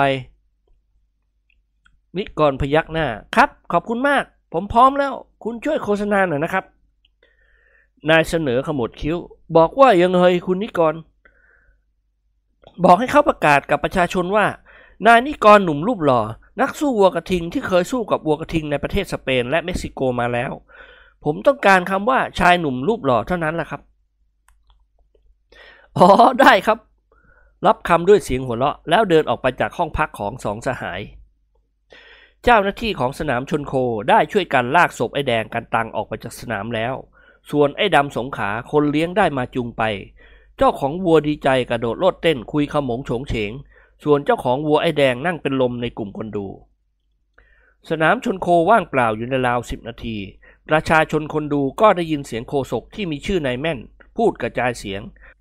นิกรพยักหน้าครับขอบคุณมากผมพร้อมแล้วคุณช่วยโฆษณาหน่อยนะครับนายเสนอขมวดคิ้วบอกว่ายังไงคุณนิกรบอกให้เขาประกาศกับประชาชนว่านายนิกรหนุ่มรูปหล่อนักสู้วัวกระทิงที่เคยสู้กับวัวกระทิงในประเทศสเปนและเม็กซิโกมาแล้วผมต้องการคำว่าชายหนุ่มรูปหล่อเท่านั้นแหละครับได้ครับรับคำด้วยเสียงหัวเราะแล้วเดินออกไปจากห้องพักของ2 สหายเจ้าหน้าที่ของสนามชนโคได้ช่วยกันลากศพไอ้แดงกันตังออกไปจากสนามแล้วส่วนไอ้ดำสงขาคนเลี้ยงได้มาจูงไปเจ้าของวัวดีใจกระโดดโลดเต้นคุยขโมงโฉงเฉงส่วนเจ้าของวัวไอ้แดงนั่งเป็นลมในกลุ่มคนดูสนามชนโคว่างเปล่าอยู่ในราว10 นาทีประชาชนคนดูก็ได้ยินเสียงโฆษกที่มีชื่อนายแม่นพูดกระจายเสียง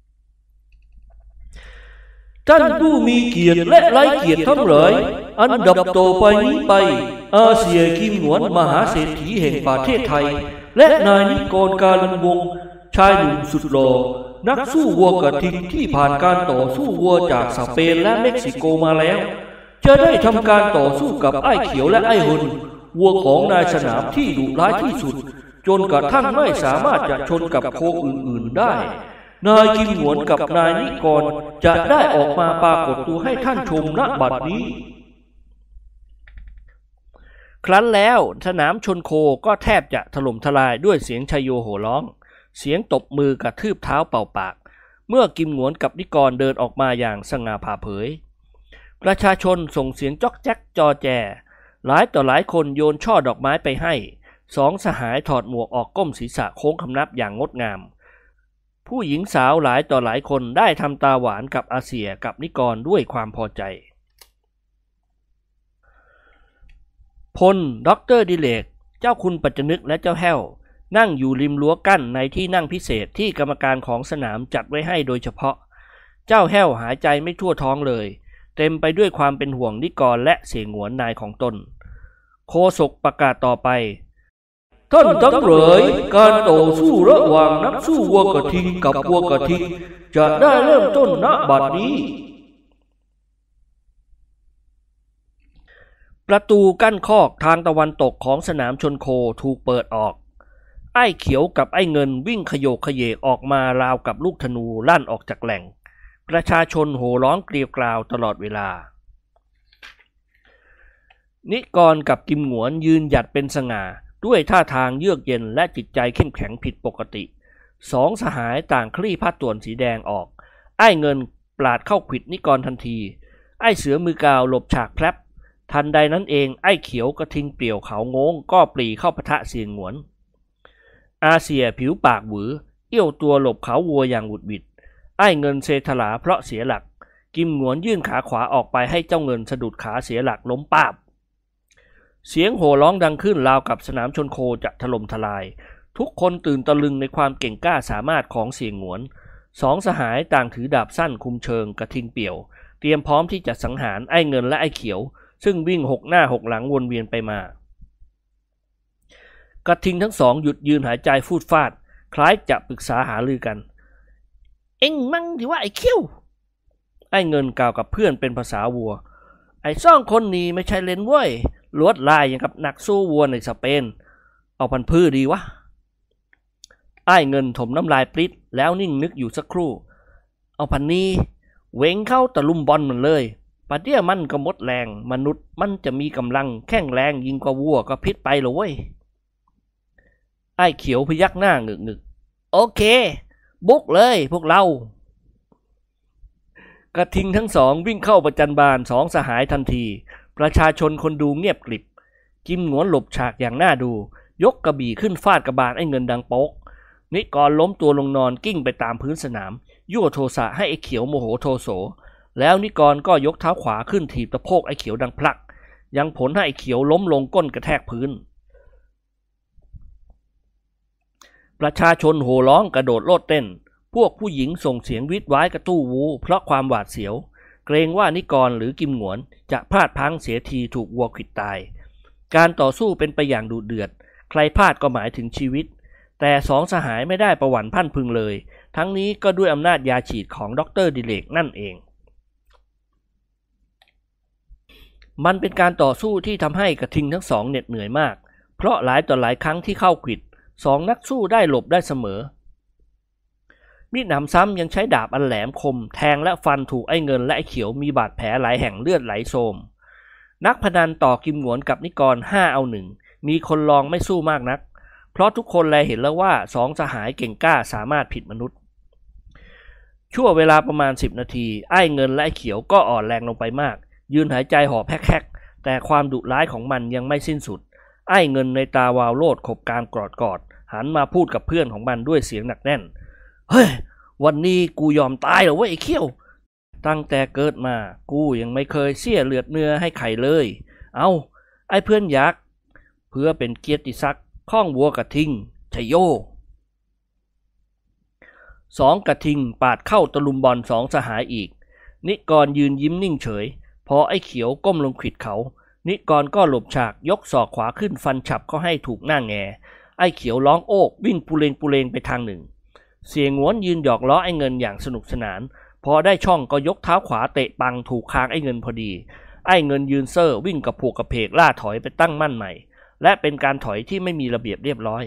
ท่านผู้มีเกียรติและไร้เกียรติทั้งหลายอันดับต่อไปนี้ไปอาเซียกิมหนวนมหาเศรษฐีแห่งประเทศไทยและนายนิกรกาลันวงศ์ชายหนุ่มสุดหล่อนักสู้วัวกระทิงที่ผ่านการต่อสู้วัวจากสเปนและเม็กซิโกมาแล้วจะได้ทำการต่อสู้กับไอ้เขียวและไอ้หนวัวของนายสนามที่ดุร้ายที่สุดจนกระทั่งไม่สามารถจะชนกับโคอื่นๆได้นายกิมหนวนกับนายนิกรจะได้ออกมาปรากฏตัวให้ท่านชมณบัดนี้ครั้นแล้วสนามชนโคก็แทบจะถล่มทลายด้วยเสียงชัยโยโห่ร้องเสียงตบมือกระทืบเท้าเป่าปากเมื่อกิมหนวนกับนิกรเดินออกมาอย่างสง่าผ่าเผยประชาชนส่งเสียงจ๊อกแจ๊กจอแจหลายต่อหลายคนโยนช่อดอกไม้ไปให้สองสหายถอดหมวกออกก้มศีรษะโค้งคำนับอย่างงดงามผู้หญิงสาวหลายต่อหลายคนได้ทำตาหวานกับอาเซียกับนิกรด้วยความพอใจพลดร.ดิเลกเจ้าคุณปัจจนึกและเจ้าแห้วนั่งอยู่ริมรั้วกั้นในที่นั่งพิเศษที่กรรมการของสนามจัดไว้ให้โดยเฉพาะเจ้าแห้วหายใจไม่ทั่วท้องเลยเต็มไปด้วยความเป็นห่วงนิกรและเสงหวนนายของตนโฆษกประกาศต่อไปท่านทั้งหลายการต่อสู้ระหว่างนักสู้วัวกระทิงกับวัวกระทิงจะได้เริ่มต้นณบัดนี้ประตูกั้นคอกทางตะวันตกของสนามชนโคถูกเปิดออกไอ้เขียวกับไอ้เงินวิ่งขโยกขยเยกออกมาราวกับลูกธนูลั่นออกจากแหล่งประชาชนโห่ร้องเกลียวกราวตลอดเวลานิกรกับกิมหนวนยืนหยัดเป็นสง่าด้วยท่าทางเยือกเย็นและจิตใจเข้มแข็งผิดปกติสองสหายต่างคลี่ผ้าต่วนสีแดงออกไอ้เงินปราดเข้าขวิดนิกรทันทีไอ้เสือมือกาวหลบฉากแพรบทันใดนั้นเองไอ้เขียวกระทิงเปลี่ยวเขาโง้งก็ปรีเข้าปะทะเสียงหนวนอาเซียผิวปากหวือเอี้ยวตัวหลบเขาวัวอย่างหวุดหวิดไอ้เงินเซถลาเพราะเสียหลักกิมหนวนยื่นขาขวาออกไปให้เจ้าเงินสะดุดขาเสียหลักล้มป้าบเสียงโห่ร้องดังขึ้นราวกับสนามชนโคจะถล่มทลายทุกคนตื่นตะลึงในความเก่งกล้าสามารถของเสียงหนวนสองสหายต่างถือดาบสั้นคุมเชิงกระทิงเปี่ยวเตรียมพร้อมที่จะสังหารไอ้เงินและไอ้เขียวซึ่งวิ่งหกหน้าหกหลังวนเวียนไปมากระทิงทั้งสองหยุดยืนหายใจฟูดฟาดคล้ายจะปรึกษาหารือกันเอ็งมั่งที่ว่าไอ้เขี้ยวไอ้เงินกล่าวกับเพื่อนเป็นภาษาวัวไอ้ซ่องคนนี้ไม่ใช่เล่นเว้ยลวดลายอย่างกับนักสู้วัวในสเปนเอาพันพื้ดีวะไอ้เงินถมน้ำลายปริ๊ดแล้วนิ่งนึกอยู่สักครู่เอาพันนี้เว้งเข้าตะลุมบอลมันเลยปะเดี๋ยวมันก็หมดแรงมนุษย์มันจะมีกำลังแข็งแรงยิงกว่าวัวก็พิษไปเลยเว้ยไอ้เขียวพยักหน้าหงึกโอเคบุกเลยพวกเรากระทิงทั้งสองวิ่งเข้าประจันบานสองสหายทันทีประชาชนคนดูเงียบกริบกิมหนวนหลบฉากอย่างน่าดูยกกระบี่ขึ้นฟาดกระบาลไอ้เงินดังโป๊กนิกรล้มตัวลงนอนกิ้งไปตามพื้นสนามยั่วโทสะให้ไอ้เขียวโมโหโทโสแล้วนิกรก็ยกเท้าขวาขึ้นถีบตะโพกไอ้เขียวดังพลักยังผลให้ไอ้เขียวล้มลงก้นกระแทกพื้นประชาชนโห่ร้องกระโดดโลดเต้นพวกผู้หญิงส่งเสียงวิดว้ายกระตู้วูเพราะความหวาดเสียวเกรงว่านิกรหรือกิมหนวนจะพลาดพลั้งเสียทีถูกวัวขวิดตายการต่อสู้เป็นไปอย่างดุเดือดใครพลาดก็หมายถึงชีวิตแต่สองสหายไม่ได้ประหวั่นพรั่นพรึงเลยทั้งนี้ก็ด้วยอำนาจยาฉีดของดร.ดิเลกนั่นเองมันเป็นการต่อสู้ที่ทำให้กระทิงทั้งสองเหน็ดเหนื่อยมากเพราะหลายต่อหลายครั้งที่เข้าขวิดสองนักสู้ได้หลบได้เสมอมิหนำซ้ำยังใช้ดาบอันแหลมคมแทงและฟันถูกไอ้เงินและไอ้เขียวมีบาดแผลหลายแห่งเลือดไหลโสมนักพนันต่อกิมหนวนกับนิกร5 เอา 1มีคนลองไม่สู้มากนักเพราะทุกคนแลเห็นแล้วว่าสองสหายเก่งกล้าสามารถผิดมนุษย์ชั่วเวลาประมาณ10 นาทีไอ้เงินและไอ้เขียวก็อ่อนแรงลงไปมากยืนหายใจหอบแฮกๆแต่ความดุร้ายของมันยังไม่สิ้นสุดไอ้เงินในตาวาวโลดขบกามกอดหันมาพูดกับเพื่อนของมันด้วยเสียงหนักแน่นเฮ้ยวันนี้กูยอมตายเหรอวะไอ้เขี้ยวตั้งแต่เกิดมากูยังไม่เคยเสียเลือดเนื้อให้ใครเลยเอาไอ้เพื่อนยักษ์เพื่อเป็นเกียรติศักดิ์ข้องวัวกระทิงชโยสองกระทิงปาดเข้าตะลุมบอลสองสหายอีกนิกรยืนยิ้มนิ่งเฉยพอไอ้เขียวก้มลงขวิดเขานิกรก็หลบฉากยกศอกขวาขึ้นฟันฉับเขาให้ถูกหน้าแงไอ้เขียวร้องโอกวิ่งปูเลงไปทางหนึ่งเสียงวนยืนหยอกล้อไอ้เงินอย่างสนุกสนานพอได้ช่องก็ยกเท้าขวาเตะปังถูกคางไอ้เงินพอดีไอ้เงินยืนเซ่อวิ่งกับผูกกระเพกล่าถอยไปตั้งมั่นใหม่และเป็นการถอยที่ไม่มีระเบียบเรียบร้อย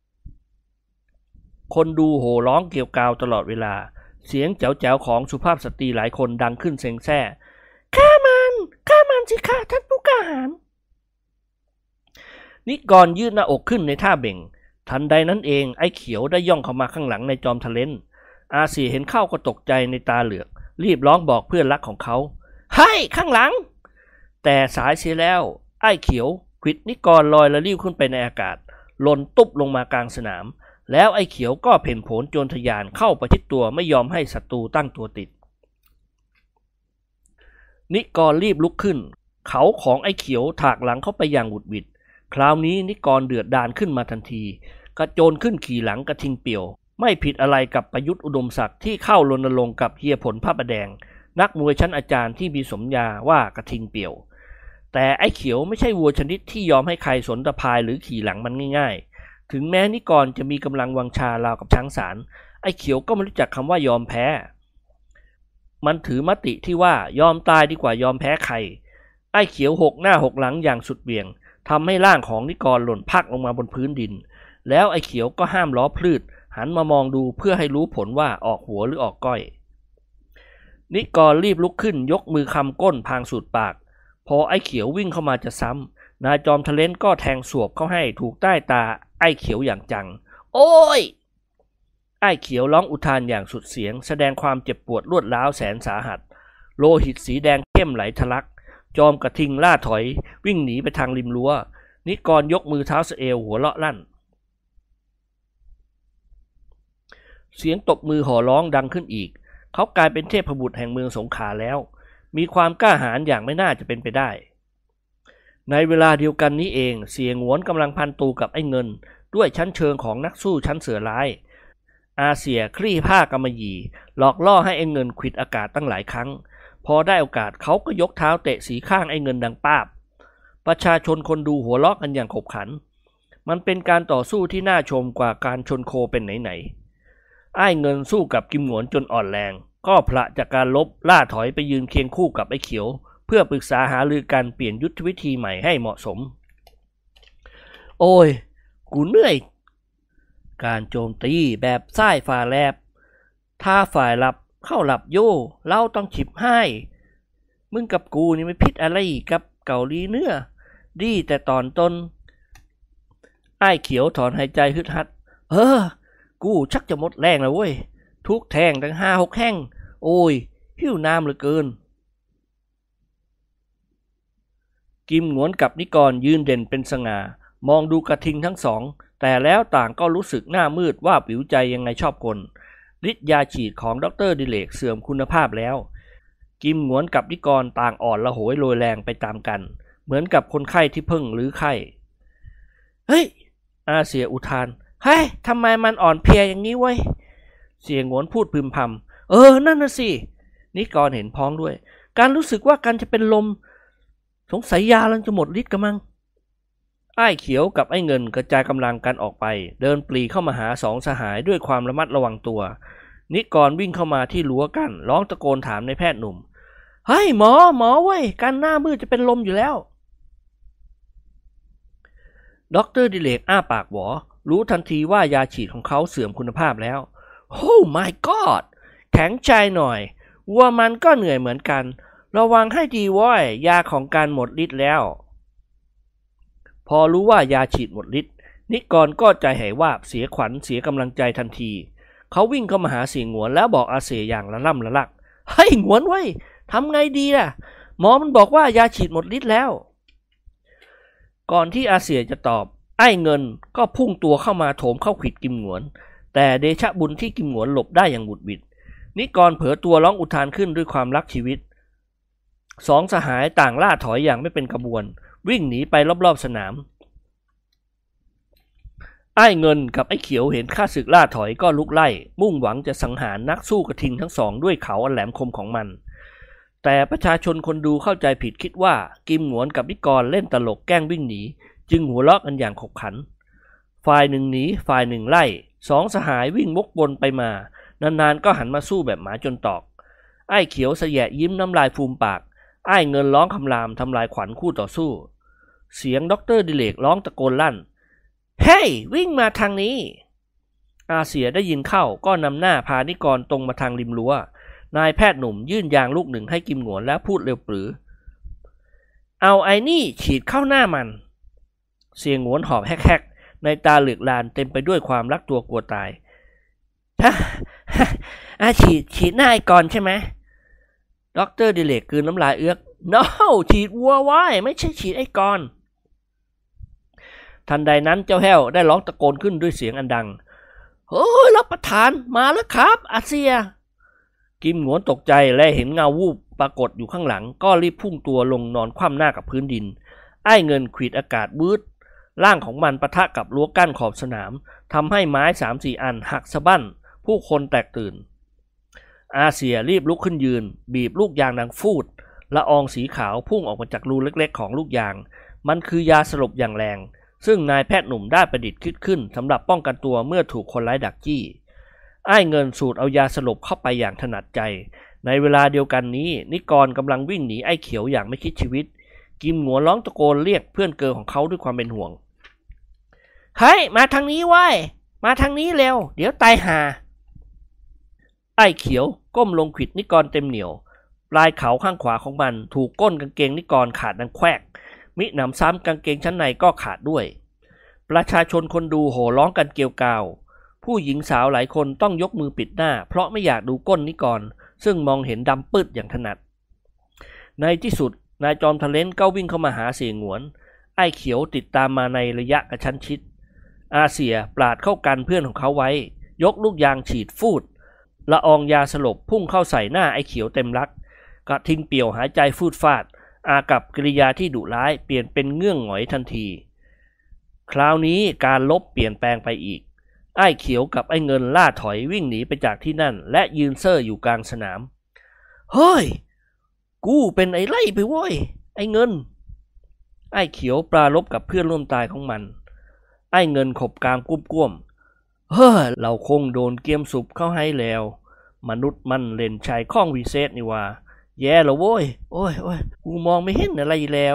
คนดูโห่ร้องเกลียวกราวตลอดเวลาเสียงแจ๋วๆของสุภาพสตรีหลายคนดังขึ้นเซ็งแซ่ฆ่ามันสิค่ะท่านผู้กล้าหาญนิกรยืดหน้าอกขึ้นในท่าเบ่งทันใดนั้นเองไอ้เขียวได้ย่องเข้ามาข้างหลังในจอมทะเลนอาเสียเห็นเข้าก็ตกใจในตาเหลือกรีบร้องบอกเพื่อนรักของเขาให้ข้างหลังแต่สายเสียแล้วไอ้เขียวขวิดนิกรลอยละลิ้วขึ้นไปในอากาศหล่นตุ๊บลงมากลางสนามแล้วไอ้เขียวก็เพ่นโผนโจรทะยานเข้าประชิดตัวไม่ยอมให้ศัตรูตั้งตัวติดนิกรรีบลุกขึ้นเขาของไอ้เขียวถากหลังเข้าไปอย่างหวุดหวิดคราวนี้นิกรเดือดดาลขึ้นมาทันทีกระโจนขึ้นขี่หลังกระทิงเปี่ยวไม่ผิดอะไรกับประยุทธ์อุดมศักดิ์ที่เข้ารณรงค์กับเฮียผลผ้าประแดงนักมวยชั้นอาจารย์ที่มีสมญาว่ากระทิงเปี่ยวแต่ไอ้เขียวไม่ใช่วัวชนิดที่ยอมให้ใครสนตะพายหรือขี่หลังมันง่ายๆถึงแม้นิกรจะมีกำลังวังชาราวกับช้างสารไอ้เขียวก็ไม่รู้จักคำว่ายอมแพ้มันถือมติที่ว่ายอมตายดีกว่ายอมแพ้ใครไอ้เขียวหกหน้าหกหลังอย่างสุดเบี่ยงทำให้ร่างของนิกรหล่นพักลงมาบนพื้นดินแล้วไอ้เขียวก็ห้ามล้อพลืดหันมามองดูเพื่อให้รู้ผลว่าออกหัวหรือออกก้อยนิกรรีบลุกขึ้นยกมือคำก้นพางสูดปากพอไอ้เขียววิ่งเข้ามาจะซ้ำนายจอมทะเลนก็แทงสวบเข้าให้ถูกใต้ตาไอ้เขียวอย่างจังโอ้ยไอ้เขียวร้องอุทานอย่างสุดเสียงแสดงความเจ็บปวดรวดร้าวแสนสาหัสโลหิตสีแดงเข้มไหลทะลักจอมกระทิงล่าถอยวิ่งหนีไปทางริมรั้วนิกรยกมือเท้าสะเอวหัวเราะลั่นเสียงตบมือห่อร้องดังขึ้นอีกเขากลายเป็นเทพบุตรแห่งเมืองสงขลาแล้วมีความกล้าหาญอย่างไม่น่าจะเป็นไปได้ในเวลาเดียวกันนี้เองเสียงวนกำลังพันตูกับไอ้เงินด้วยชั้นเชิงของนักสู้ชั้นเสือร้ายอาเสียคลี่ผ้ากำมะหยี่หลอกล่อให้ไอ้เงินขวิดอากาศตั้งหลายครั้งพอได้โอกาสเขาก็ยกเท้าเตะสีข้างไอ้เงินดังป้าบประชาชนคนดูหัวเราะกันอย่างขบขันมันเป็นการต่อสู้ที่น่าชมกว่าการชนโคเป็นไหนไอ้เงินสู้กับกิมหงวนจนอ่อนแรงก็พละจากการลบล่าถอยไปยืนเคียงคู่กับไอ้เขียวเพื่อปรึกษาหารือการเปลี่ยนยุทธวิธีใหม่ให้เหมาะสมโอ้ยกูเหนื่อยการโจมตีแบบซ้ายฝ่าแลบถ้าฝ่ายรับเข้าหลับโย่เราต้องฉิบให้มึงกับกูนี่ไม่พิษอะไรกับเกาหลีเนื้อดีแต่ตอนต้นไอ้เขียวถอนหายใจฮึดฮัดกูชักจะหมดแรงแล้วเว้ยทุกแทงตั้ง5-6แห่งโอ้ยหิวน้ำเหลือเกินกิมหงวนกับนิกรยืนเด่นเป็นสง่ามองดูกระทิงทั้งสองแต่แล้วต่างก็รู้สึกหน้ามืดว่าผิวใจยังไงชอบกลฤทธิ์ยาฉีดของดร.ดิเลกเสื่อมคุณภาพแล้วกิมหงวนกับนิกรต่างอ่อนละโหยโรยแรงไปตามกันเหมือนกับคนไข้ที่เพิ่งรื้อไข้เฮ้ยอาเสียอุทานเฮ้ยทำไมมันอ่อนเพลียอย่างนี้เว้ยเสียงหงวนพูดพึมพำนั่นน่ะสินิกรเห็นพ้องด้วยการรู้สึกว่ากันจะเป็นลมสงสัยยาลังจะหมดฤทธิ์กันมั้งไอ้เขียวกับไอ้เงินกระจายกำลังกันออกไปเดินปรีเข้ามาหาสองสหายด้วยความระมัดระวังตัวนิกรวิ่งเข้ามาที่รั้วกั้นร้องตะโกนถามในแพทย์หนุ่มเฮ้ยหมอเว้ยกันหน้ามืดจะเป็นลมอยู่แล้วดร.ดิเลกอ้าปากหวอรู้ทันทีว่ายาฉีดของเขาเสื่อมคุณภาพแล้วโอ้ my god แข็งใจหน่อยวัวมันก็เหนื่อยเหมือนกันระวังให้ดีว้อยยาของการหมดฤทธิ์แล้วพอรู้ว่ายาฉีดหมดฤทธิ์นิกรก็ใจหายวาบเสียขวัญเสียกำลังใจทันทีเขาวิ่งเข้ามาหาเสียงหงวนแล้วบอกอาเสียอย่างละล่ำละลักเฮ้ยหงวนไว้ทำไงดีล่ะหมอมันบอกว่ายาฉีดหมดฤทธิ์แล้วก่อนที่อาเสียจะตอบไอ้เงินก็พุ่งตัวเข้ามาโถมเข้าขวิดกิมหงวนแต่เดชะบุญที่กิมหงวนหลบได้อย่างบุดบิดนิกรเผลอตัวร้องอุทานขึ้นด้วยความรักชีวิตสองสหายต่างล่าถอยอย่างไม่เป็นขบวนวิ่งหนีไปรอบๆสนามไอ้เงินกับไอ้เขียวเห็นข้าศึกล่าถอยก็ลุกไล่มุ่งหวังจะสังหารนักสู้กระทิงทั้งสองด้วยเขาอันแหลมคมของมันแต่ประชาชนคนดูเข้าใจผิดคิดว่ากิมหงวนกับนิกรเล่นตลกแกล้งวิ่งหนีจึงหัวเราะกันอย่างขบขันฝ่ายหนึ่งหนีฝ่ายหนึ่งไล่สองสหายวิ่งวกวนไปมานานๆก็หันมาสู้แบบหมาจนตอกไอ้เขียวเสยะยิ้มน้ำลายฟูมปากไอ้เงินร้องคำรามทำลายขวัญคู่ต่อสู้เสียงด็อกเตอร์ดิเลกร้องตะโกนลั่นเฮ้ยวิ่งมาทางนี้อาเสียได้ยินเข้าก็นำหน้าพานิกรตรงมาทางริมรั้วนายแพทย์หนุ่มยื่นยางลูกหนึ่งให้กิมหงวนแล้วพูดเร็วปรือเอาไอ้นี่ฉีดเข้าหน้ามันเสียงหงวนหอบแฮกๆในตาเหลือกลานเต็มไปด้วยความรักตัวกลัวตายฉีดหน้าไอ้กรใช่ไหมด็อกเตอร์ดิเลกกลืนน้ำลายเอื้อก no ฉีดวัวไว้ไม่ใช่ฉีดไอ้กรทันใดนั้นเจ้าแห้วได้ร้องตะโกนขึ้นด้วยเสียงอันดังเฮ้ยรับประทานมาแล้วครับอาเซียกิมหงวนตกใจและเห็นเงาวูบปรากฏอยู่ข้างหลังก็รีบพุ่งตัวลงนอนคว่ำหน้ากับพื้นดินไอ้เงินขวีดอากาศบืดร่างของมันปะทะกับรั้วกั้นขอบสนามทำให้ไม้ 3-4 อันหักสะบั้นผู้คนแตกตื่นอาเซียรีบลุกขึ้นยืนบีบลูกยางดังฟูดละอองสีขาวพุ่งออกมาจากรูเล็กๆของลูกยางมันคือยาสลบอย่างแรงซึ่งนายแพทย์หนุ่มได้ประดิษฐ์คิดขึ้นสำหรับป้องกันตัวเมื่อถูกคนร้ายดักจี้ไอ้เงินสูดเอายาสลบเข้าไปอย่างถนัดใจในเวลาเดียวกันนี้นิกรกำลังวิ่งหนีไอ้เขียวอย่างไม่คิดชีวิตกิมหงวนร้องตะโกนเรียกเพื่อนเกอของเขาด้วยความเป็นห่วงเฮ้ยมาทางนี้ไว้มาทางนี้เร็วเดี๋ยวตายห่าไอ้เขียวก้มลงขวิดนิกรเต็มเหนียวปลายเขาข้างขวาของมันถูกก้นกางเกงนิกรขาดดังแควกมิหนำซ้ำกางเกงชั้นในก็ขาดด้วยประชาชนคนดูโห่ร้องกันเกลียวกราวผู้หญิงสาวหลายคนต้องยกมือปิดหน้าเพราะไม่อยากดูก้นนิกรซึ่งมองเห็นดำปื้ดอย่างถนัดในที่สุดนายจอมทะเลนก็วิ่งเข้ามาหาเสียงหงวนไอ้เขียวติดตามมาในระยะกระชั้นชิดอาเซียปราดเข้ากันเพื่อนของเขาไว้ยกลูกยางฉีดฟูดละอองยาสลบพุ่งเข้าใส่หน้าไอ้เขียวเต็มรักกระทิงเปี่ยวหายใจฟูดฟาดอากับกิริยาที่ดุร้ายเปลี่ยนเป็นเงื่องหงอยทันทีคราวนี้การลบเปลี่ยนแปลงไปอีกไอ้เขียวกับไอ้เงินล่าถอยวิ่งหนีไปจากที่นั่นและยืนเซ่ออยู่กลางสนามเฮ้ยกูเป็นไอ้ไล่ไปโว้ยไอ้เงินไอ้เขียวปราลบกับเพื่อนร่วมตายของมันไอ้เงินขบกลางกุ้มเฮ้ยเราคงโดนเกียมสุบเข้าให้แล้วมนุษย์มันเล่นชายข้องวิเศษนี่ว่าแย่แล้วโว้ยโอ้ยกูมองไม่เห็นอะไรแล้ว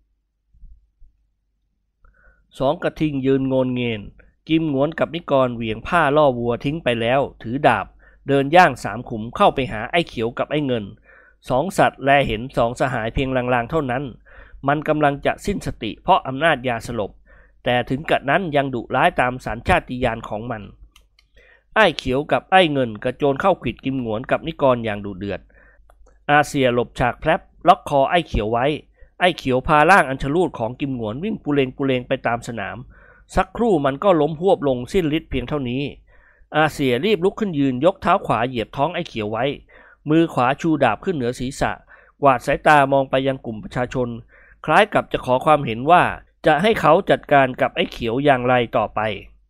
สองกระทิงยืนโงนเงินกิมหงวนกับนิกรเหวี่ยงผ้าล่อวัวทิ้งไปแล้วถือดาบเดินย่าง3 ขุมเข้าไปหาไอ้เขียวกับไอ้เงินสองสัตว์แลเห็น2 สหายเพียงลางๆเท่านั้นมันกำลังจะสิ้นสติเพราะอำนาจยาสลบแต่ถึงกระนั้นยังดุร้ายตามสัญชาติญาณของมันไอ้เขียวกับไอ้เงินกระโจนเข้าขวิดกิมหงวนกับนิกรอย่างดุเดือดอาเซียหลบฉากแพรบล็อกคอไอ้เขียวไว้ไอ้เขียวพาร่างอัญชลูดของกิมหงวนวิ่งปูเลงไปตามสนามสักครู่มันก็ล้มหวบลงสิ้นฤทธิ์เพียงเท่านี้อาเซียรีบลุกขึ้นยืนยกเท้าขวาเหยียบท้องไอ้เขียวไว้มือขวาชูดาบขึ้นเหนือศีรษะกวาดสายตามองไปยังกลุ่มประชาชนคล้ายกับจะขอความเห็นว่าจะให้เขาจัดการกับไอ้เขียวอย่างไรต่อไป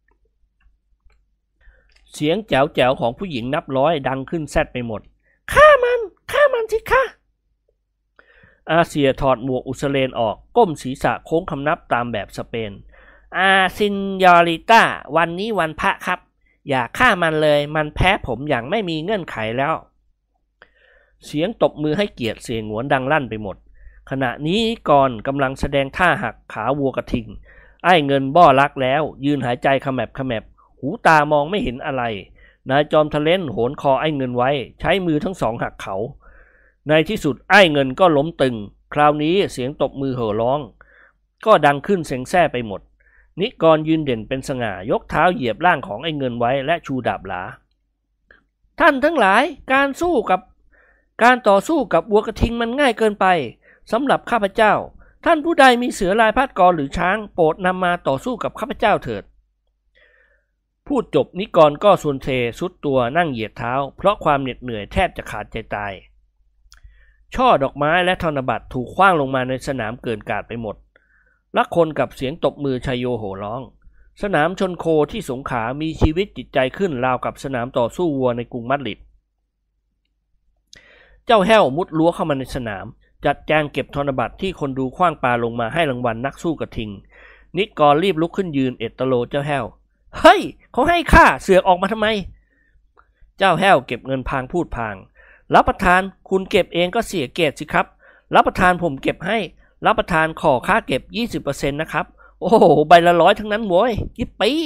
เสียงแจ๋วๆของผู้หญิงนับร้อยดังขึ้นแซดไปหมดฆ่ามันสิคะอาเซียถอดหมวกอุสเลนออกก้มศีรษะโค้งคำนับตามแบบสเปนซินยอริต้าวันนี้วันพระครับอย่าฆ่ามันเลยมันแพ้ผมอย่างไม่มีเงื่อนไขแล้วเสียงตบมือให้เกียรติเสียงหงวนดังลั่นไปหมดขณะนี้กรกำลังแสดงท่าหักขาวัวกระทิงไอ้เงินบ้อรักแล้วยืนหายใจขแมบหูตามองไม่เห็นอะไรนายจอมทะเลนโหนคอไอ้เงินไว้ใช้มือทั้งสองหักเขาในที่สุดไอ้เงินก็ล้มตึงคราวนี้เสียงตบมือเห่อร้องก็ดังขึ้นเซ็งแซ่ไปหมดนิกรยืนเด่นเป็นสง่ายกเท้าเหยียบร่างของไอ้เงินไว้และชูดาบหลาท่านทั้งหลายการต่อสู้กับวัวกระทิงมันง่ายเกินไปสำหรับข้าพเจ้าท่านผู้ใดมีเสือลายพาดกรหรือช้างโปรดนำมาต่อสู้กับข้าพเจ้าเถิดพูดจบนิกรก็ส่วนเทสุดตัวนั่งเหยียดเท้าเพราะความเหน็ดเหนื่อยแทบจะขาดใจตายช่อดอกไม้และธนบัตรถูกขว้างลงมาในสนามเกินกาดไปหมดละคนกับเสียงตบมือชัยโยโห่ร้องสนามชนโคที่สงขลามีชีวิตจิตใจขึ้นราวกับสนามต่อสู้วัวในกรุงมาดริดเจ้าแห้วมุดรั้วเข้ามาในสนามจัดแจงเก็บธนบัตรที่คนดูขว้างปาลงมาให้รางวัลนักสู้กระทิงนิกรรีบลุกขึ้นยืนเอตโลเจ้าแห้วเฮ้ยเขาให้ข้าเสือกออกมาทำไมเจ้าแห้วเก็บเงินพางพูดพางรับประทานคุณเก็บเองก็เสียเกียรติสิครับรับประทานผมเก็บให้รับประทานขอค่าเก็บ 20% นะครับโอ้โหใบละ100ทั้งนั้นโว้ยยิปปี้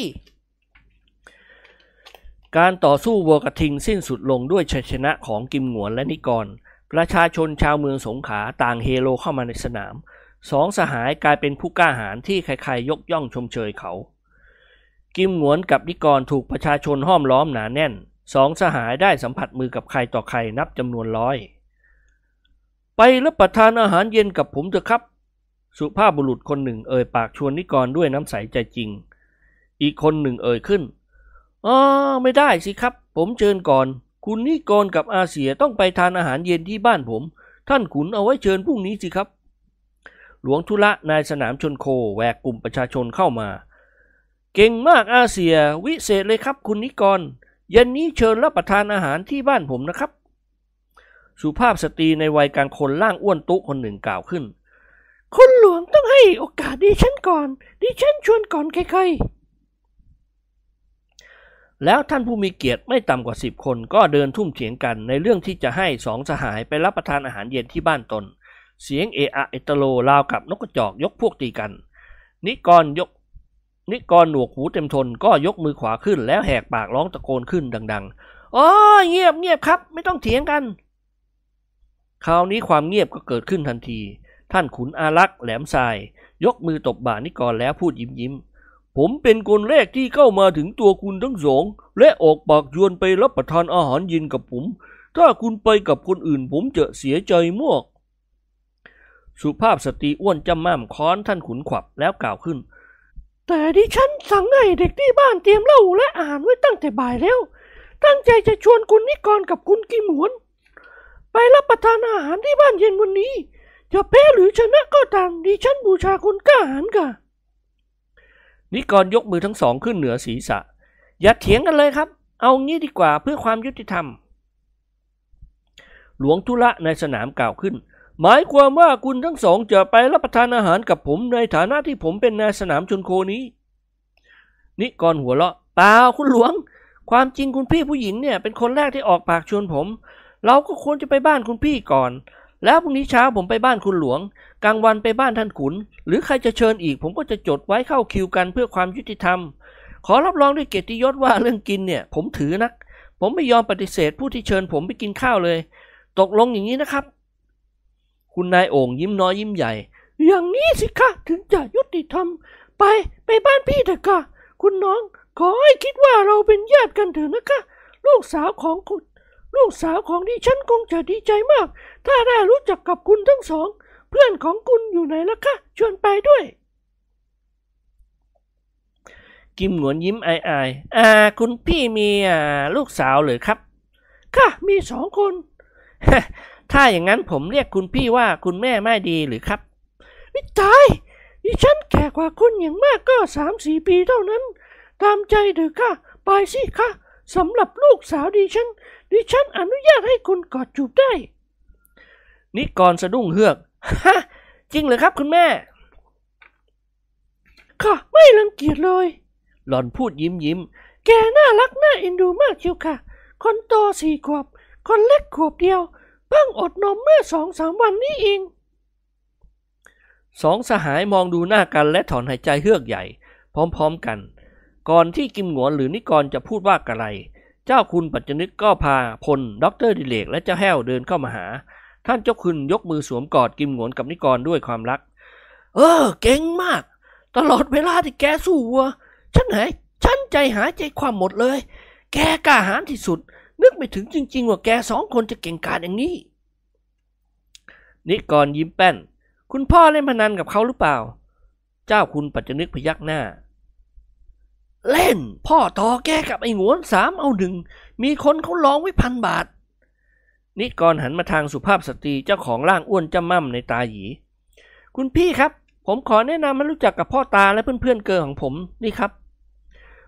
การต่อสู้วัวกระทิงสิ้นสุดลงด้วยชัยชนะของกิมหงวนและนิกรประชาชนชาวเมืองสงขลาต่างเฮโลเข้ามาในสนามสองสหายกลายเป็นผู้กล้าหาญที่ใครๆยกย่องชมเชยเขากิมหงวนกับนิกรถูกประชาชนห้อมล้อมหนาแน่นสองสหายได้สัมผัสมือกับใครต่อใครนับจำนวนร้อยไปรับประทานอาหารเย็นกับผมเถอะครับสุภาพบุรุษคนหนึ่งเอ่ยปากชวนนิกรด้วยน้ำใสใจจริงอีกคนหนึ่งเอ่ยขึ้นไม่ได้สิครับผมเชิญก่อนคุณนิกรกับอาเสียต้องไปทานอาหารเย็นที่บ้านผมท่านขุนเอาไว้เชิญพรุ่งนี้สิครับหลวงธุระนายสนามชนโคแหวกกลุ่มประชาชนเข้ามาเก่งมากอาเสียวิเศษเลยครับคุณนิกรเย็นนี้เชิญรับประทานอาหารที่บ้านผมนะครับสุภาพสตรีในวัยกลางคนร่างอ้วนตุ๊คนหนึ่งกล่าวขึ้นคุณหลวงต้องให้โอกาสดิฉันก่อนดิฉันชวนก่อนใครๆแล้วท่านผู้มีเกียรติไม่ต่ำกว่า10 คนก็เดินทุ่มเถียงกันในเรื่องที่จะให้สองสหายไปรับประทานอาหารเย็นที่บ้านตนเสียงเอะอะเอตโลราวกับนกกระจอกยกพวกตีกันนิกรหนวกหูเต็มทนก็ยกมือขวาขึ้นแล้วแหกปากร้องตะโกนขึ้นดังๆเงียบครับไม่ต้องเถียงกันคราวนี้ความเงียบก็เกิดขึ้นทันทีท่านขุนอารักษ์แหลมทรายยกมือตบบ่านิกรแล้วพูดยิ้มผมเป็นคนแรกที่เข้ามาถึงตัวคุณทั้งสองและออกปากชวนไปรับประทานอาหารเย็นกับผมถ้าคุณไปกับคนอื่นผมจะเสียใจมากสุภาพสตรีอ้วนจำม่ำค้อนท่านขุนขวับแล้วกล่าวขึ้นแต่ดิฉันสั่งให้เด็กที่บ้านเตรียมเหล้าและอาหารไว้ตั้งแต่บ่ายแล้วตั้งใจจะชวนคุณนิกรกับคุณกิมหวนไปรับประทานอาหารที่บ้านเย็นวันนี้จะแพ้หรือชนะก็ตามดิฉันบูชาคุณกล้าหาญค่ะนิกรยกมือทั้งสองขึ้นเหนือศีรษะอย่าเถียงกันเลยครับเอางี้ดีกว่าเพื่อความยุติธรรมหลวงธุระในสนามกล่าวขึ้นหมายความว่าคุณทั้งสองจะไปรับประทานอาหารกับผมในฐานะที่ผมเป็นนายสนามชนโคนี้นิกรหัวเราะเปล่าคุณหลวงความจริงคุณพี่ผู้หญิงเนี่ยเป็นคนแรกที่ออกปากชวนผมเราก็ควรจะไปบ้านคุณพี่ก่อนแล้วพรุ่งนี้เช้าผมไปบ้านคุณหลวงกลางวันไปบ้านท่านขุนหรือใครจะเชิญอีกผมก็จะจดไว้เข้าคิวกันเพื่อความยุติธรรมขอรับรองด้วยเกียรติยศว่าเรื่องกินเนี่ยผมถือนักผมไม่ยอมปฏิเสธผู้ที่เชิญผมไปกินข้าวเลยตกลงอย่างนี้นะครับคุณนายโอ่งยิ้มน้อยยิ้มใหญ่อย่างนี้สิคะถึงจะยุติธรรมไปบ้านพี่เถอะค่ะคุณน้องขอให้คิดว่าเราเป็นญาติกันเถอะนะคะลูกสาวของดิฉันคงจะดีใจมากถ้าได้รู้จักกับคุณทั้งสองเพื่อนของคุณอยู่ไหนล่ะคะชวนไปด้วยกิมหงวนยิ้มอายคุณพี่มีลูกสาวหรือครับค่ะมี2 คน ถ้าอย่างนั้นผมเรียกคุณพี่ว่าคุณแม่ไม่ดีหรือครับวิตายดิฉันแก่กว่าคุณอย่างมากก็ 3-4 ปีเท่านั้นตามใจเถอะค่ะไปสิค่ะสำหรับลูกสาวดิฉันอนุญาตให้คุณกอดจูบได้นิกรสะดุ้งเฮือกฮะจริงเหรอครับคุณแม่ค่ะไม่รังเกียจเลยหล่อนพูดยิ้มแกน่ารักน่าเอ็นดูมากเชียวค่ะคนโต4 ขวบคนเล็กขวบเดียวเพิ่งอดนมเมื่อ 2-3 วันนี้เองสองสหายมองดูหน้ากันและถอนหายใจเฮือกใหญ่พร้อมๆกันก่อนที่กิมหงวนหรือนิกรจะพูดว่าอะไรเจ้าคุณปัจจนึกก็พาพลดร.ดิเลกและเจ้าแห้วเดินเข้ามาหาท่านเจ้าคุณยกมือสวมกอดกิมหงวนกับนิกรด้วยความรักเก่งมากตลอดเวลาที่แกสู้วัวฉันใจหายใจความหมดเลยแกกล้าหาญที่สุดนึกไม่ถึงจริงๆว่าแก2 คนจะเก่งกาจอย่างนี้นิกรยิ้มแป้นคุณพ่อเล่นพนันกับเขาหรือเปล่าเจ้าคุณปัจจนึกพยักหน้าเล่นพ่อต่อแกกับไอ้หงวน3 เอา 1มีคนเขาร้องไว้1,000 บาทนิกรหันมาทางสุภาพสตรีเจ้าของร่างอ้วนจ้ำม่ำในตาหยีคุณพี่ครับผมขอแนะนำให้รู้จักกับพ่อตาและเพื่อนๆเกิร์ลของผมนี่ครับ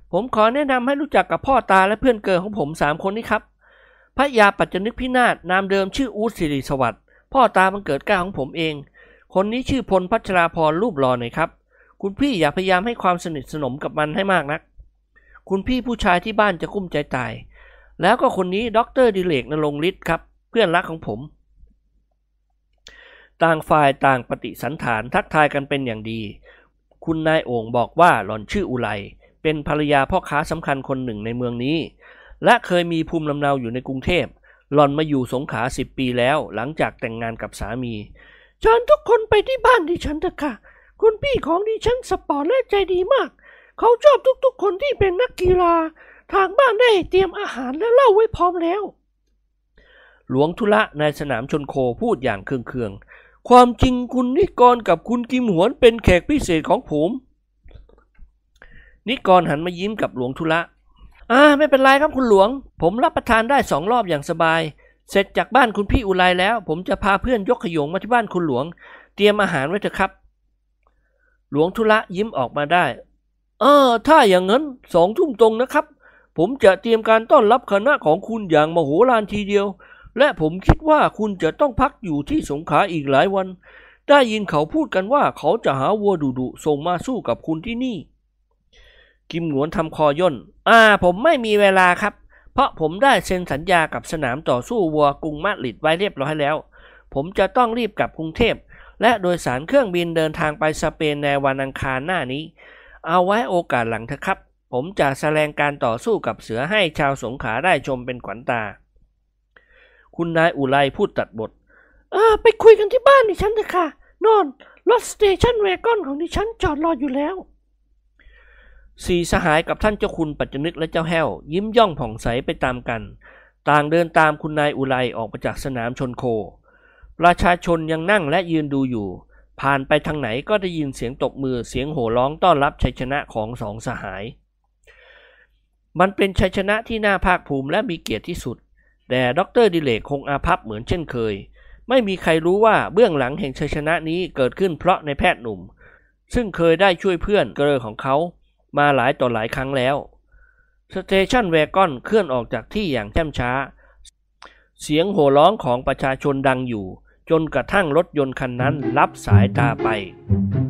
ผมขอแนะนำให้รู้จักกับพ่อตาและเพื่อนเกิร์ลของผม3 คนนี้ครับพระยาปัจจนึกพินาศนามเดิมชื่ออู๊ดสิริสวัสดิ์พ่อตาบังเกิดเกล้าของผมเองคนนี้ชื่อพลพัชราพรรูปหล่อหน่อยครับคุณพี่อย่าพยายามให้ความสนิทสนมกับมันให้มากนักคุณพี่ผู้ชายที่บ้านจะกุ้มใจตายแล้วก็คนนี้ดร.ดิเลก ณรงค์ฤทธิ์ครับเพื่อนรักของผมต่างฝ่ายต่างปฏิสันถานทักทายกันเป็นอย่างดีคุณนายโอ่งบอกว่าหล่อนชื่ออุไลเป็นภรรยาพ่อค้าสำคัญคนหนึ่งในเมืองนี้และเคยมีภูมิลำเนาอยู่ในกรุงเทพหล่อนมาอยู่สงขลา10 ปีแล้วหลังจากแต่งงานกับสามีเชิญทุกคนไปที่บ้านดิฉันเถอะค่ะคุณพี่ของดิฉันสปอร์ตและใจดีมากเขาชอบทุกๆคนที่เป็นนักกีฬาทางบ้านได้เตรียมอาหารและเหล้าไว้พร้อมแล้วหลวงธุระในสนามชนโคพูดอย่างเคืองๆความจริงคุณนิกรกับคุณกิมหวนเป็นแขกพิเศษของผมนิกรหันมายิ้มกับหลวงธุระไม่เป็นไรครับคุณหลวงผมรับประทานได้2 รอบอย่างสบายเสร็จจากบ้านคุณพี่อุไรแล้วผมจะพาเพื่อนยกขยงมาที่บ้านคุณหลวงเตรียมอาหารไว้เถอะครับหลวงธุระยิ้มออกมาได้ถ้าอย่างนั้น2 ทุ่มตรงนะครับผมจะเตรียมการต้อนรับคณะของคุณอย่างมโหฬารทีเดียวและผมคิดว่าคุณจะต้องพักอยู่ที่สงขลาอีกหลายวันได้ยินเขาพูดกันว่าเขาจะหาวัวดุๆส่งมาสู้กับคุณที่นี่กิมหนวนทำคอย่นผมไม่มีเวลาครับเพราะผมได้เซ็นสัญญากับสนามต่อสู้วัวกรุงมาดริดไว้เรียบร้อยแล้วผมจะต้องรีบกลับกรุงเทพและโดยสารเครื่องบินเดินทางไปสเปนในวันอังคารหน้านี้เอาไว้โอกาสหลังเถอะครับผมจะแสดงการต่อสู้กับเสือให้ชาวสงขลาได้ชมเป็นขวัญตาคุณนายอุไรพูดตัดบทไปคุยกันที่บ้านดิฉันเถอะค่ะนอนรถสเตชันแวกอนของดิฉันจอดรออยู่แล้ว4 สหายกับท่านเจ้าคุณปัจจนึกและเจ้าแห้วยิ้มย่องผ่องใสไปตามกันต่างเดินตามคุณนายอุไรออกมาจากสนามชนโคประชาชนยังนั่งและยืนดูอยู่ผ่านไปทางไหนก็ได้ยินเสียงตบมือเสียงโห่ร้องต้อนรับชัยชนะของ2 สหายมันเป็นชัยชนะที่น่าภาคภูมิและมีเกียรติที่สุดแต่ดร.ดิเลกคงอาภัพเหมือนเช่นเคยไม่มีใครรู้ว่าเบื้องหลังแห่งชัยชนะนี้เกิดขึ้นเพราะนายแพทย์หนุ่มซึ่งเคยได้ช่วยเพื่อนเกลอของเขามาหลายต่อหลายครั้งแล้วสเตชันแวกอนเคลื่อนออกจากที่อย่างแช่มช้าเสียงโห่ร้องของประชาชนดังอยู่จนกระทั่งรถยนต์คันนั้นลับสายตาไป